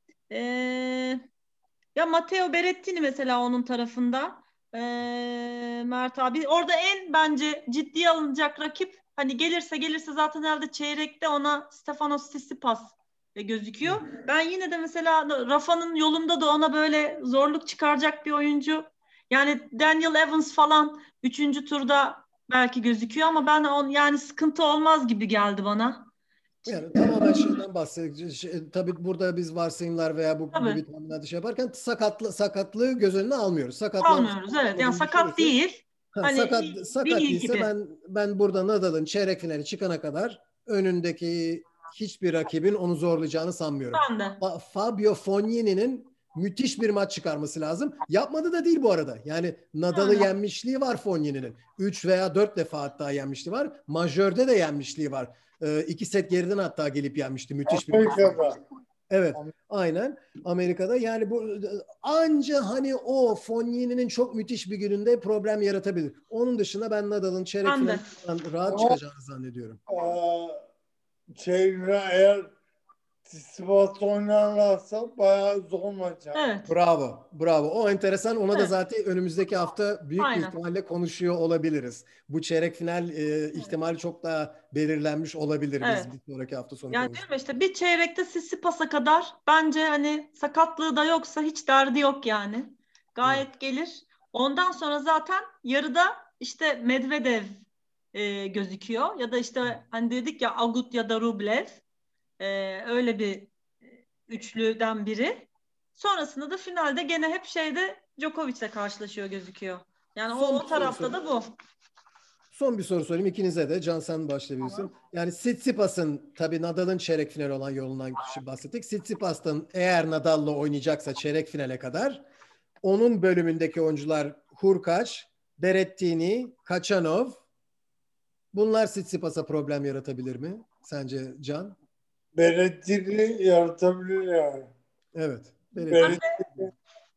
Speaker 1: ya Matteo Berrettini mesela onun tarafında. Mert abi. Orada en bence ciddiye alınacak rakip hani gelirse zaten herhalde çeyrekte ona Stefanos Tsitsipas gözüküyor. Ben yine de mesela Rafa'nın yolunda da ona böyle zorluk çıkaracak bir oyuncu. Yani Daniel Evans falan 3. turda belki gözüküyor ama ben yani sıkıntı olmaz gibi geldi bana.
Speaker 2: Yani tamamen şeyden bahsediyoruz. Tabii burada biz varsayımlar veya bu
Speaker 1: Tabii.
Speaker 2: gibi tahminler şey yaparken sakatlığı göz önüne almıyoruz.
Speaker 1: Almıyoruz, evet. Yani sakat değil. Hani
Speaker 2: Sakat
Speaker 1: değil
Speaker 2: değilse
Speaker 1: gibi.
Speaker 2: ben burada Nadal'ın çeyrek finali çıkana kadar önündeki hiçbir rakibin onu zorlayacağını sanmıyorum.
Speaker 1: Ben de.
Speaker 2: Fabio Fognini'nin müthiş bir maç çıkarması lazım. Yapmadı da değil bu arada. Yani Nadal'ı
Speaker 1: Yani.
Speaker 2: yenmişliği var Fognini'nin. 3 veya 4 defa hatta yenmişliği var. Majörde de yenmişliği var. 2 set geriden hatta gelip yenmişti. Müthiş bir maç. Evet, aynen. Amerika'da yani bu anca hani o Fognini'nin çok müthiş bir gününde problem yaratabilir. Onun dışında ben Nadal'ın çeyrek finalinden rahat çıkacağını zannediyorum.
Speaker 3: Eğer Sivas oynarlarsa bayağı zor maç.
Speaker 1: Evet.
Speaker 2: Bravo. O enteresan. Ona da
Speaker 1: Evet.
Speaker 2: zaten önümüzdeki hafta büyük bir ihtimalle konuşuyor olabiliriz. Bu çeyrek final ihtimali çok daha belirlenmiş olabilir.
Speaker 1: Evet.
Speaker 2: Biz bir sonraki hafta sonu
Speaker 1: yani
Speaker 2: konuşuruz.
Speaker 1: değil mi işte bir çeyrekte Tsitsipas'a kadar bence hani sakatlığı da yoksa hiç derdi yok yani. Gayet gelir. Ondan sonra zaten yarıda işte Medvedev gözüküyor ya da işte hani dedik ya Agut ya da Rublev öyle bir üçlüden biri. Sonrasında da finalde gene hep şeyde Djokovic'le karşılaşıyor gözüküyor. Yani o tarafta da bu.
Speaker 2: Son bir soru sorayım ikinize de. Can sen başlayabilirsin. Tamam. Yani Tsitsipas'ın tabii Nadal'ın çeyrek final olan yolundan bahsettik. Tsitsipas'ın eğer Nadal'la oynayacaksa çeyrek finale kadar onun bölümündeki oyuncular Hurkacz, Berrettini, Khachanov. Bunlar Tsitsipas'a problem yaratabilir mi? Sence Can?
Speaker 3: Berrettini yaratabilir yani.
Speaker 2: Evet.
Speaker 3: Berrettini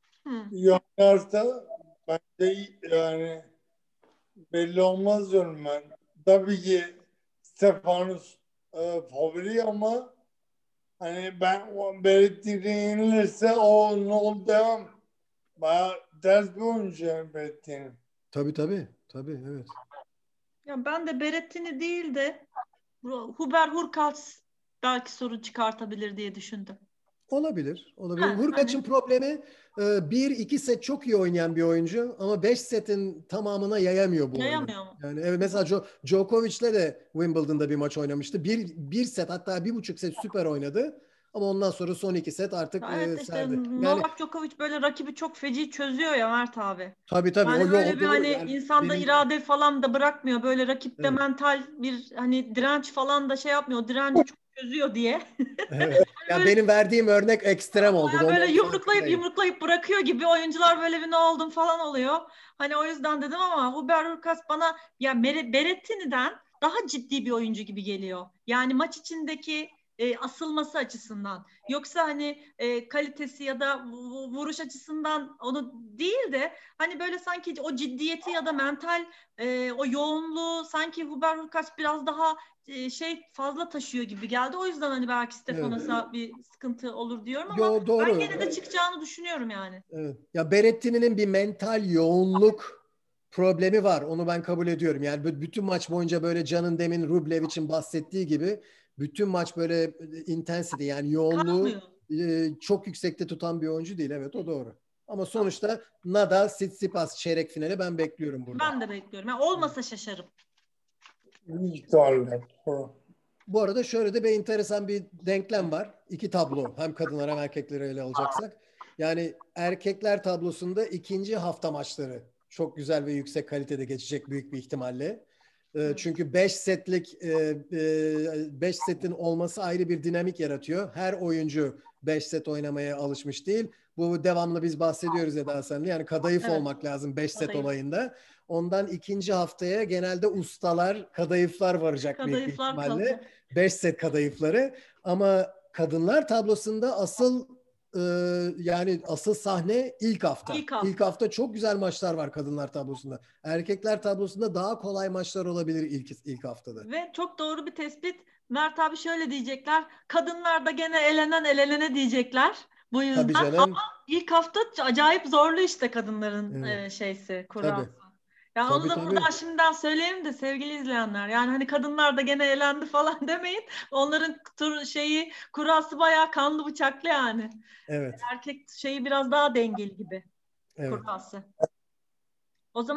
Speaker 3: oynarsa bence yani belli olmaz diyorum ben. Tabii ki Stefanos favori ama hani ben Berrettini yenilirse o ne oldu devam. Bayağı ters bir oyuncu yani Berrettini.
Speaker 2: Tabii evet.
Speaker 1: Ya ben de Berrettini değil de Hubert Hurkacz belki sorun çıkartabilir diye düşündüm.
Speaker 2: Olabilir. Hurkacz'ın problemi 1-2 set çok iyi oynayan bir oyuncu ama 5 setin tamamına yayamıyor bu oyunu.
Speaker 1: Yayamıyor mu?
Speaker 2: Yani evet, mesela Djokovic'le de Wimbledon'da bir maç oynamıştı. Bir set hatta 1,5 set süper oynadı. Ama ondan sonra son 2 set artık
Speaker 1: Evet işte
Speaker 2: serdi.
Speaker 1: Novak Djokovic böyle rakibi çok feci çözüyor ya Mert abi.
Speaker 2: Tabii.
Speaker 1: Yani
Speaker 2: O
Speaker 1: böyle bir
Speaker 2: doğru.
Speaker 1: hani
Speaker 2: Yani
Speaker 1: insanda irade falan da bırakmıyor. Böyle rakipte mental bir hani direnç falan da şey yapmıyor. O direnci çok çözüyor diye.
Speaker 2: Evet. Ya
Speaker 1: böyle,
Speaker 2: benim verdiğim örnek ekstrem oldu.
Speaker 1: yani böyle yumruklayıp bırakıyor gibi oyuncular böyle bir ne oldum falan oluyor. Hani o yüzden dedim ama Hubert Hurkacz bana ya Berrettini'den daha ciddi bir oyuncu gibi geliyor. Yani maç içindeki asılması açısından. Yoksa hani kalitesi ya da vuruş açısından onu değil de hani böyle sanki o ciddiyeti ya da mental o yoğunluğu sanki Hubert Hurkacz biraz daha fazla taşıyor gibi geldi. O yüzden hani belki Stefanos'a bir sıkıntı olur diyorum ama
Speaker 2: doğru.
Speaker 1: ben gene de çıkacağını düşünüyorum yani.
Speaker 2: Evet. Ya Berrettini'nin bir mental yoğunluk problemi var. Onu ben kabul ediyorum. Yani bütün maç boyunca böyle Can'ın demin Rublev için bahsettiği gibi bütün maç böyle intensity yani yoğunluğu çok yüksekte tutan bir oyuncu değil. Evet, o doğru. Ama sonuçta Nadal, Tsitsipas çeyrek finali ben bekliyorum burada.
Speaker 1: Ben de bekliyorum. Yani olmasa şaşarım.
Speaker 2: Bu arada şöyle de bir enteresan bir denklem var. İki tablo. Hem kadınlar hem erkekleri ele alacaksak. Yani erkekler tablosunda ikinci hafta maçları çok güzel ve yüksek kalitede geçecek büyük bir ihtimalle. Çünkü 5 setlik 5 setin olması ayrı bir dinamik yaratıyor. Her oyuncu 5 set oynamaya alışmış değil. Bu devamlı biz bahsediyoruz Eda Sen'le. Yani kadayıf olmak lazım 5 set olayında. Ondan ikinci haftaya genelde ustalar, kadayıflar varacak büyük bir ihtimalle. 5 set kadayıfları. Ama kadınlar tablosunda yani asıl sahne ilk hafta. İlk hafta çok güzel maçlar var kadınlar tablosunda. Erkekler tablosunda daha kolay maçlar olabilir ilk haftada.
Speaker 1: Ve çok doğru bir tespit. Mert abi şöyle diyecekler. Kadınlar da gene elene diyecekler. Bu yüzden.
Speaker 2: Tabii canım.
Speaker 1: Ama ilk hafta acayip zorlu işte kadınların kurası. Yani onu da buradan şimdiden söyleyeyim de sevgili izleyenler. Yani hani kadınlar da gene elendi falan demeyin. Onların kurası bayağı kanlı bıçaklı yani.
Speaker 2: Evet.
Speaker 1: Erkek biraz daha dengeli gibi kurası. O zaman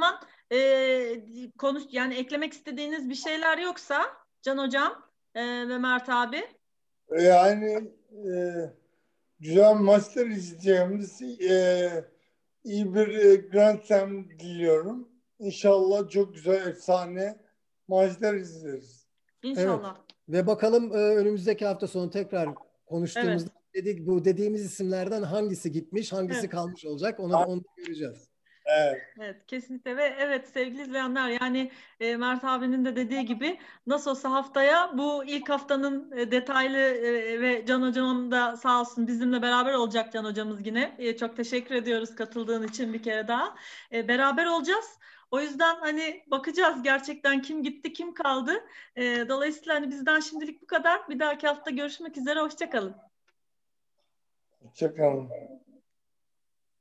Speaker 1: yani eklemek istediğiniz bir şeyler yoksa Can Hocam ve Mert abi.
Speaker 3: Yani güzel maçlar izleyeceğimiz iyi bir Grand Slam diliyorum. İnşallah çok güzel, efsane maçlar izleriz.
Speaker 1: İnşallah.
Speaker 2: Evet. Ve bakalım önümüzdeki hafta sonu tekrar konuştuğumuzda
Speaker 1: Evet.
Speaker 2: bu dediğimiz isimlerden hangisi gitmiş, hangisi
Speaker 1: Evet.
Speaker 2: kalmış olacak onu da göreceğiz.
Speaker 3: Evet.
Speaker 1: Evet, kesinlikle ve evet sevgili izleyenler, yani Mert abinin de dediği gibi nasıl olsa haftaya bu ilk haftanın detaylı ve Can Hocam da sağ olsun bizimle beraber olacak, Can Hocamız yine. Çok teşekkür ediyoruz katıldığın için bir kere daha. Beraber olacağız. O yüzden hani bakacağız gerçekten kim gitti kim kaldı. Dolayısıyla hani bizden şimdilik bu kadar. Bir dahaki hafta görüşmek üzere. Hoşça kalın.
Speaker 3: Hoşçakalın.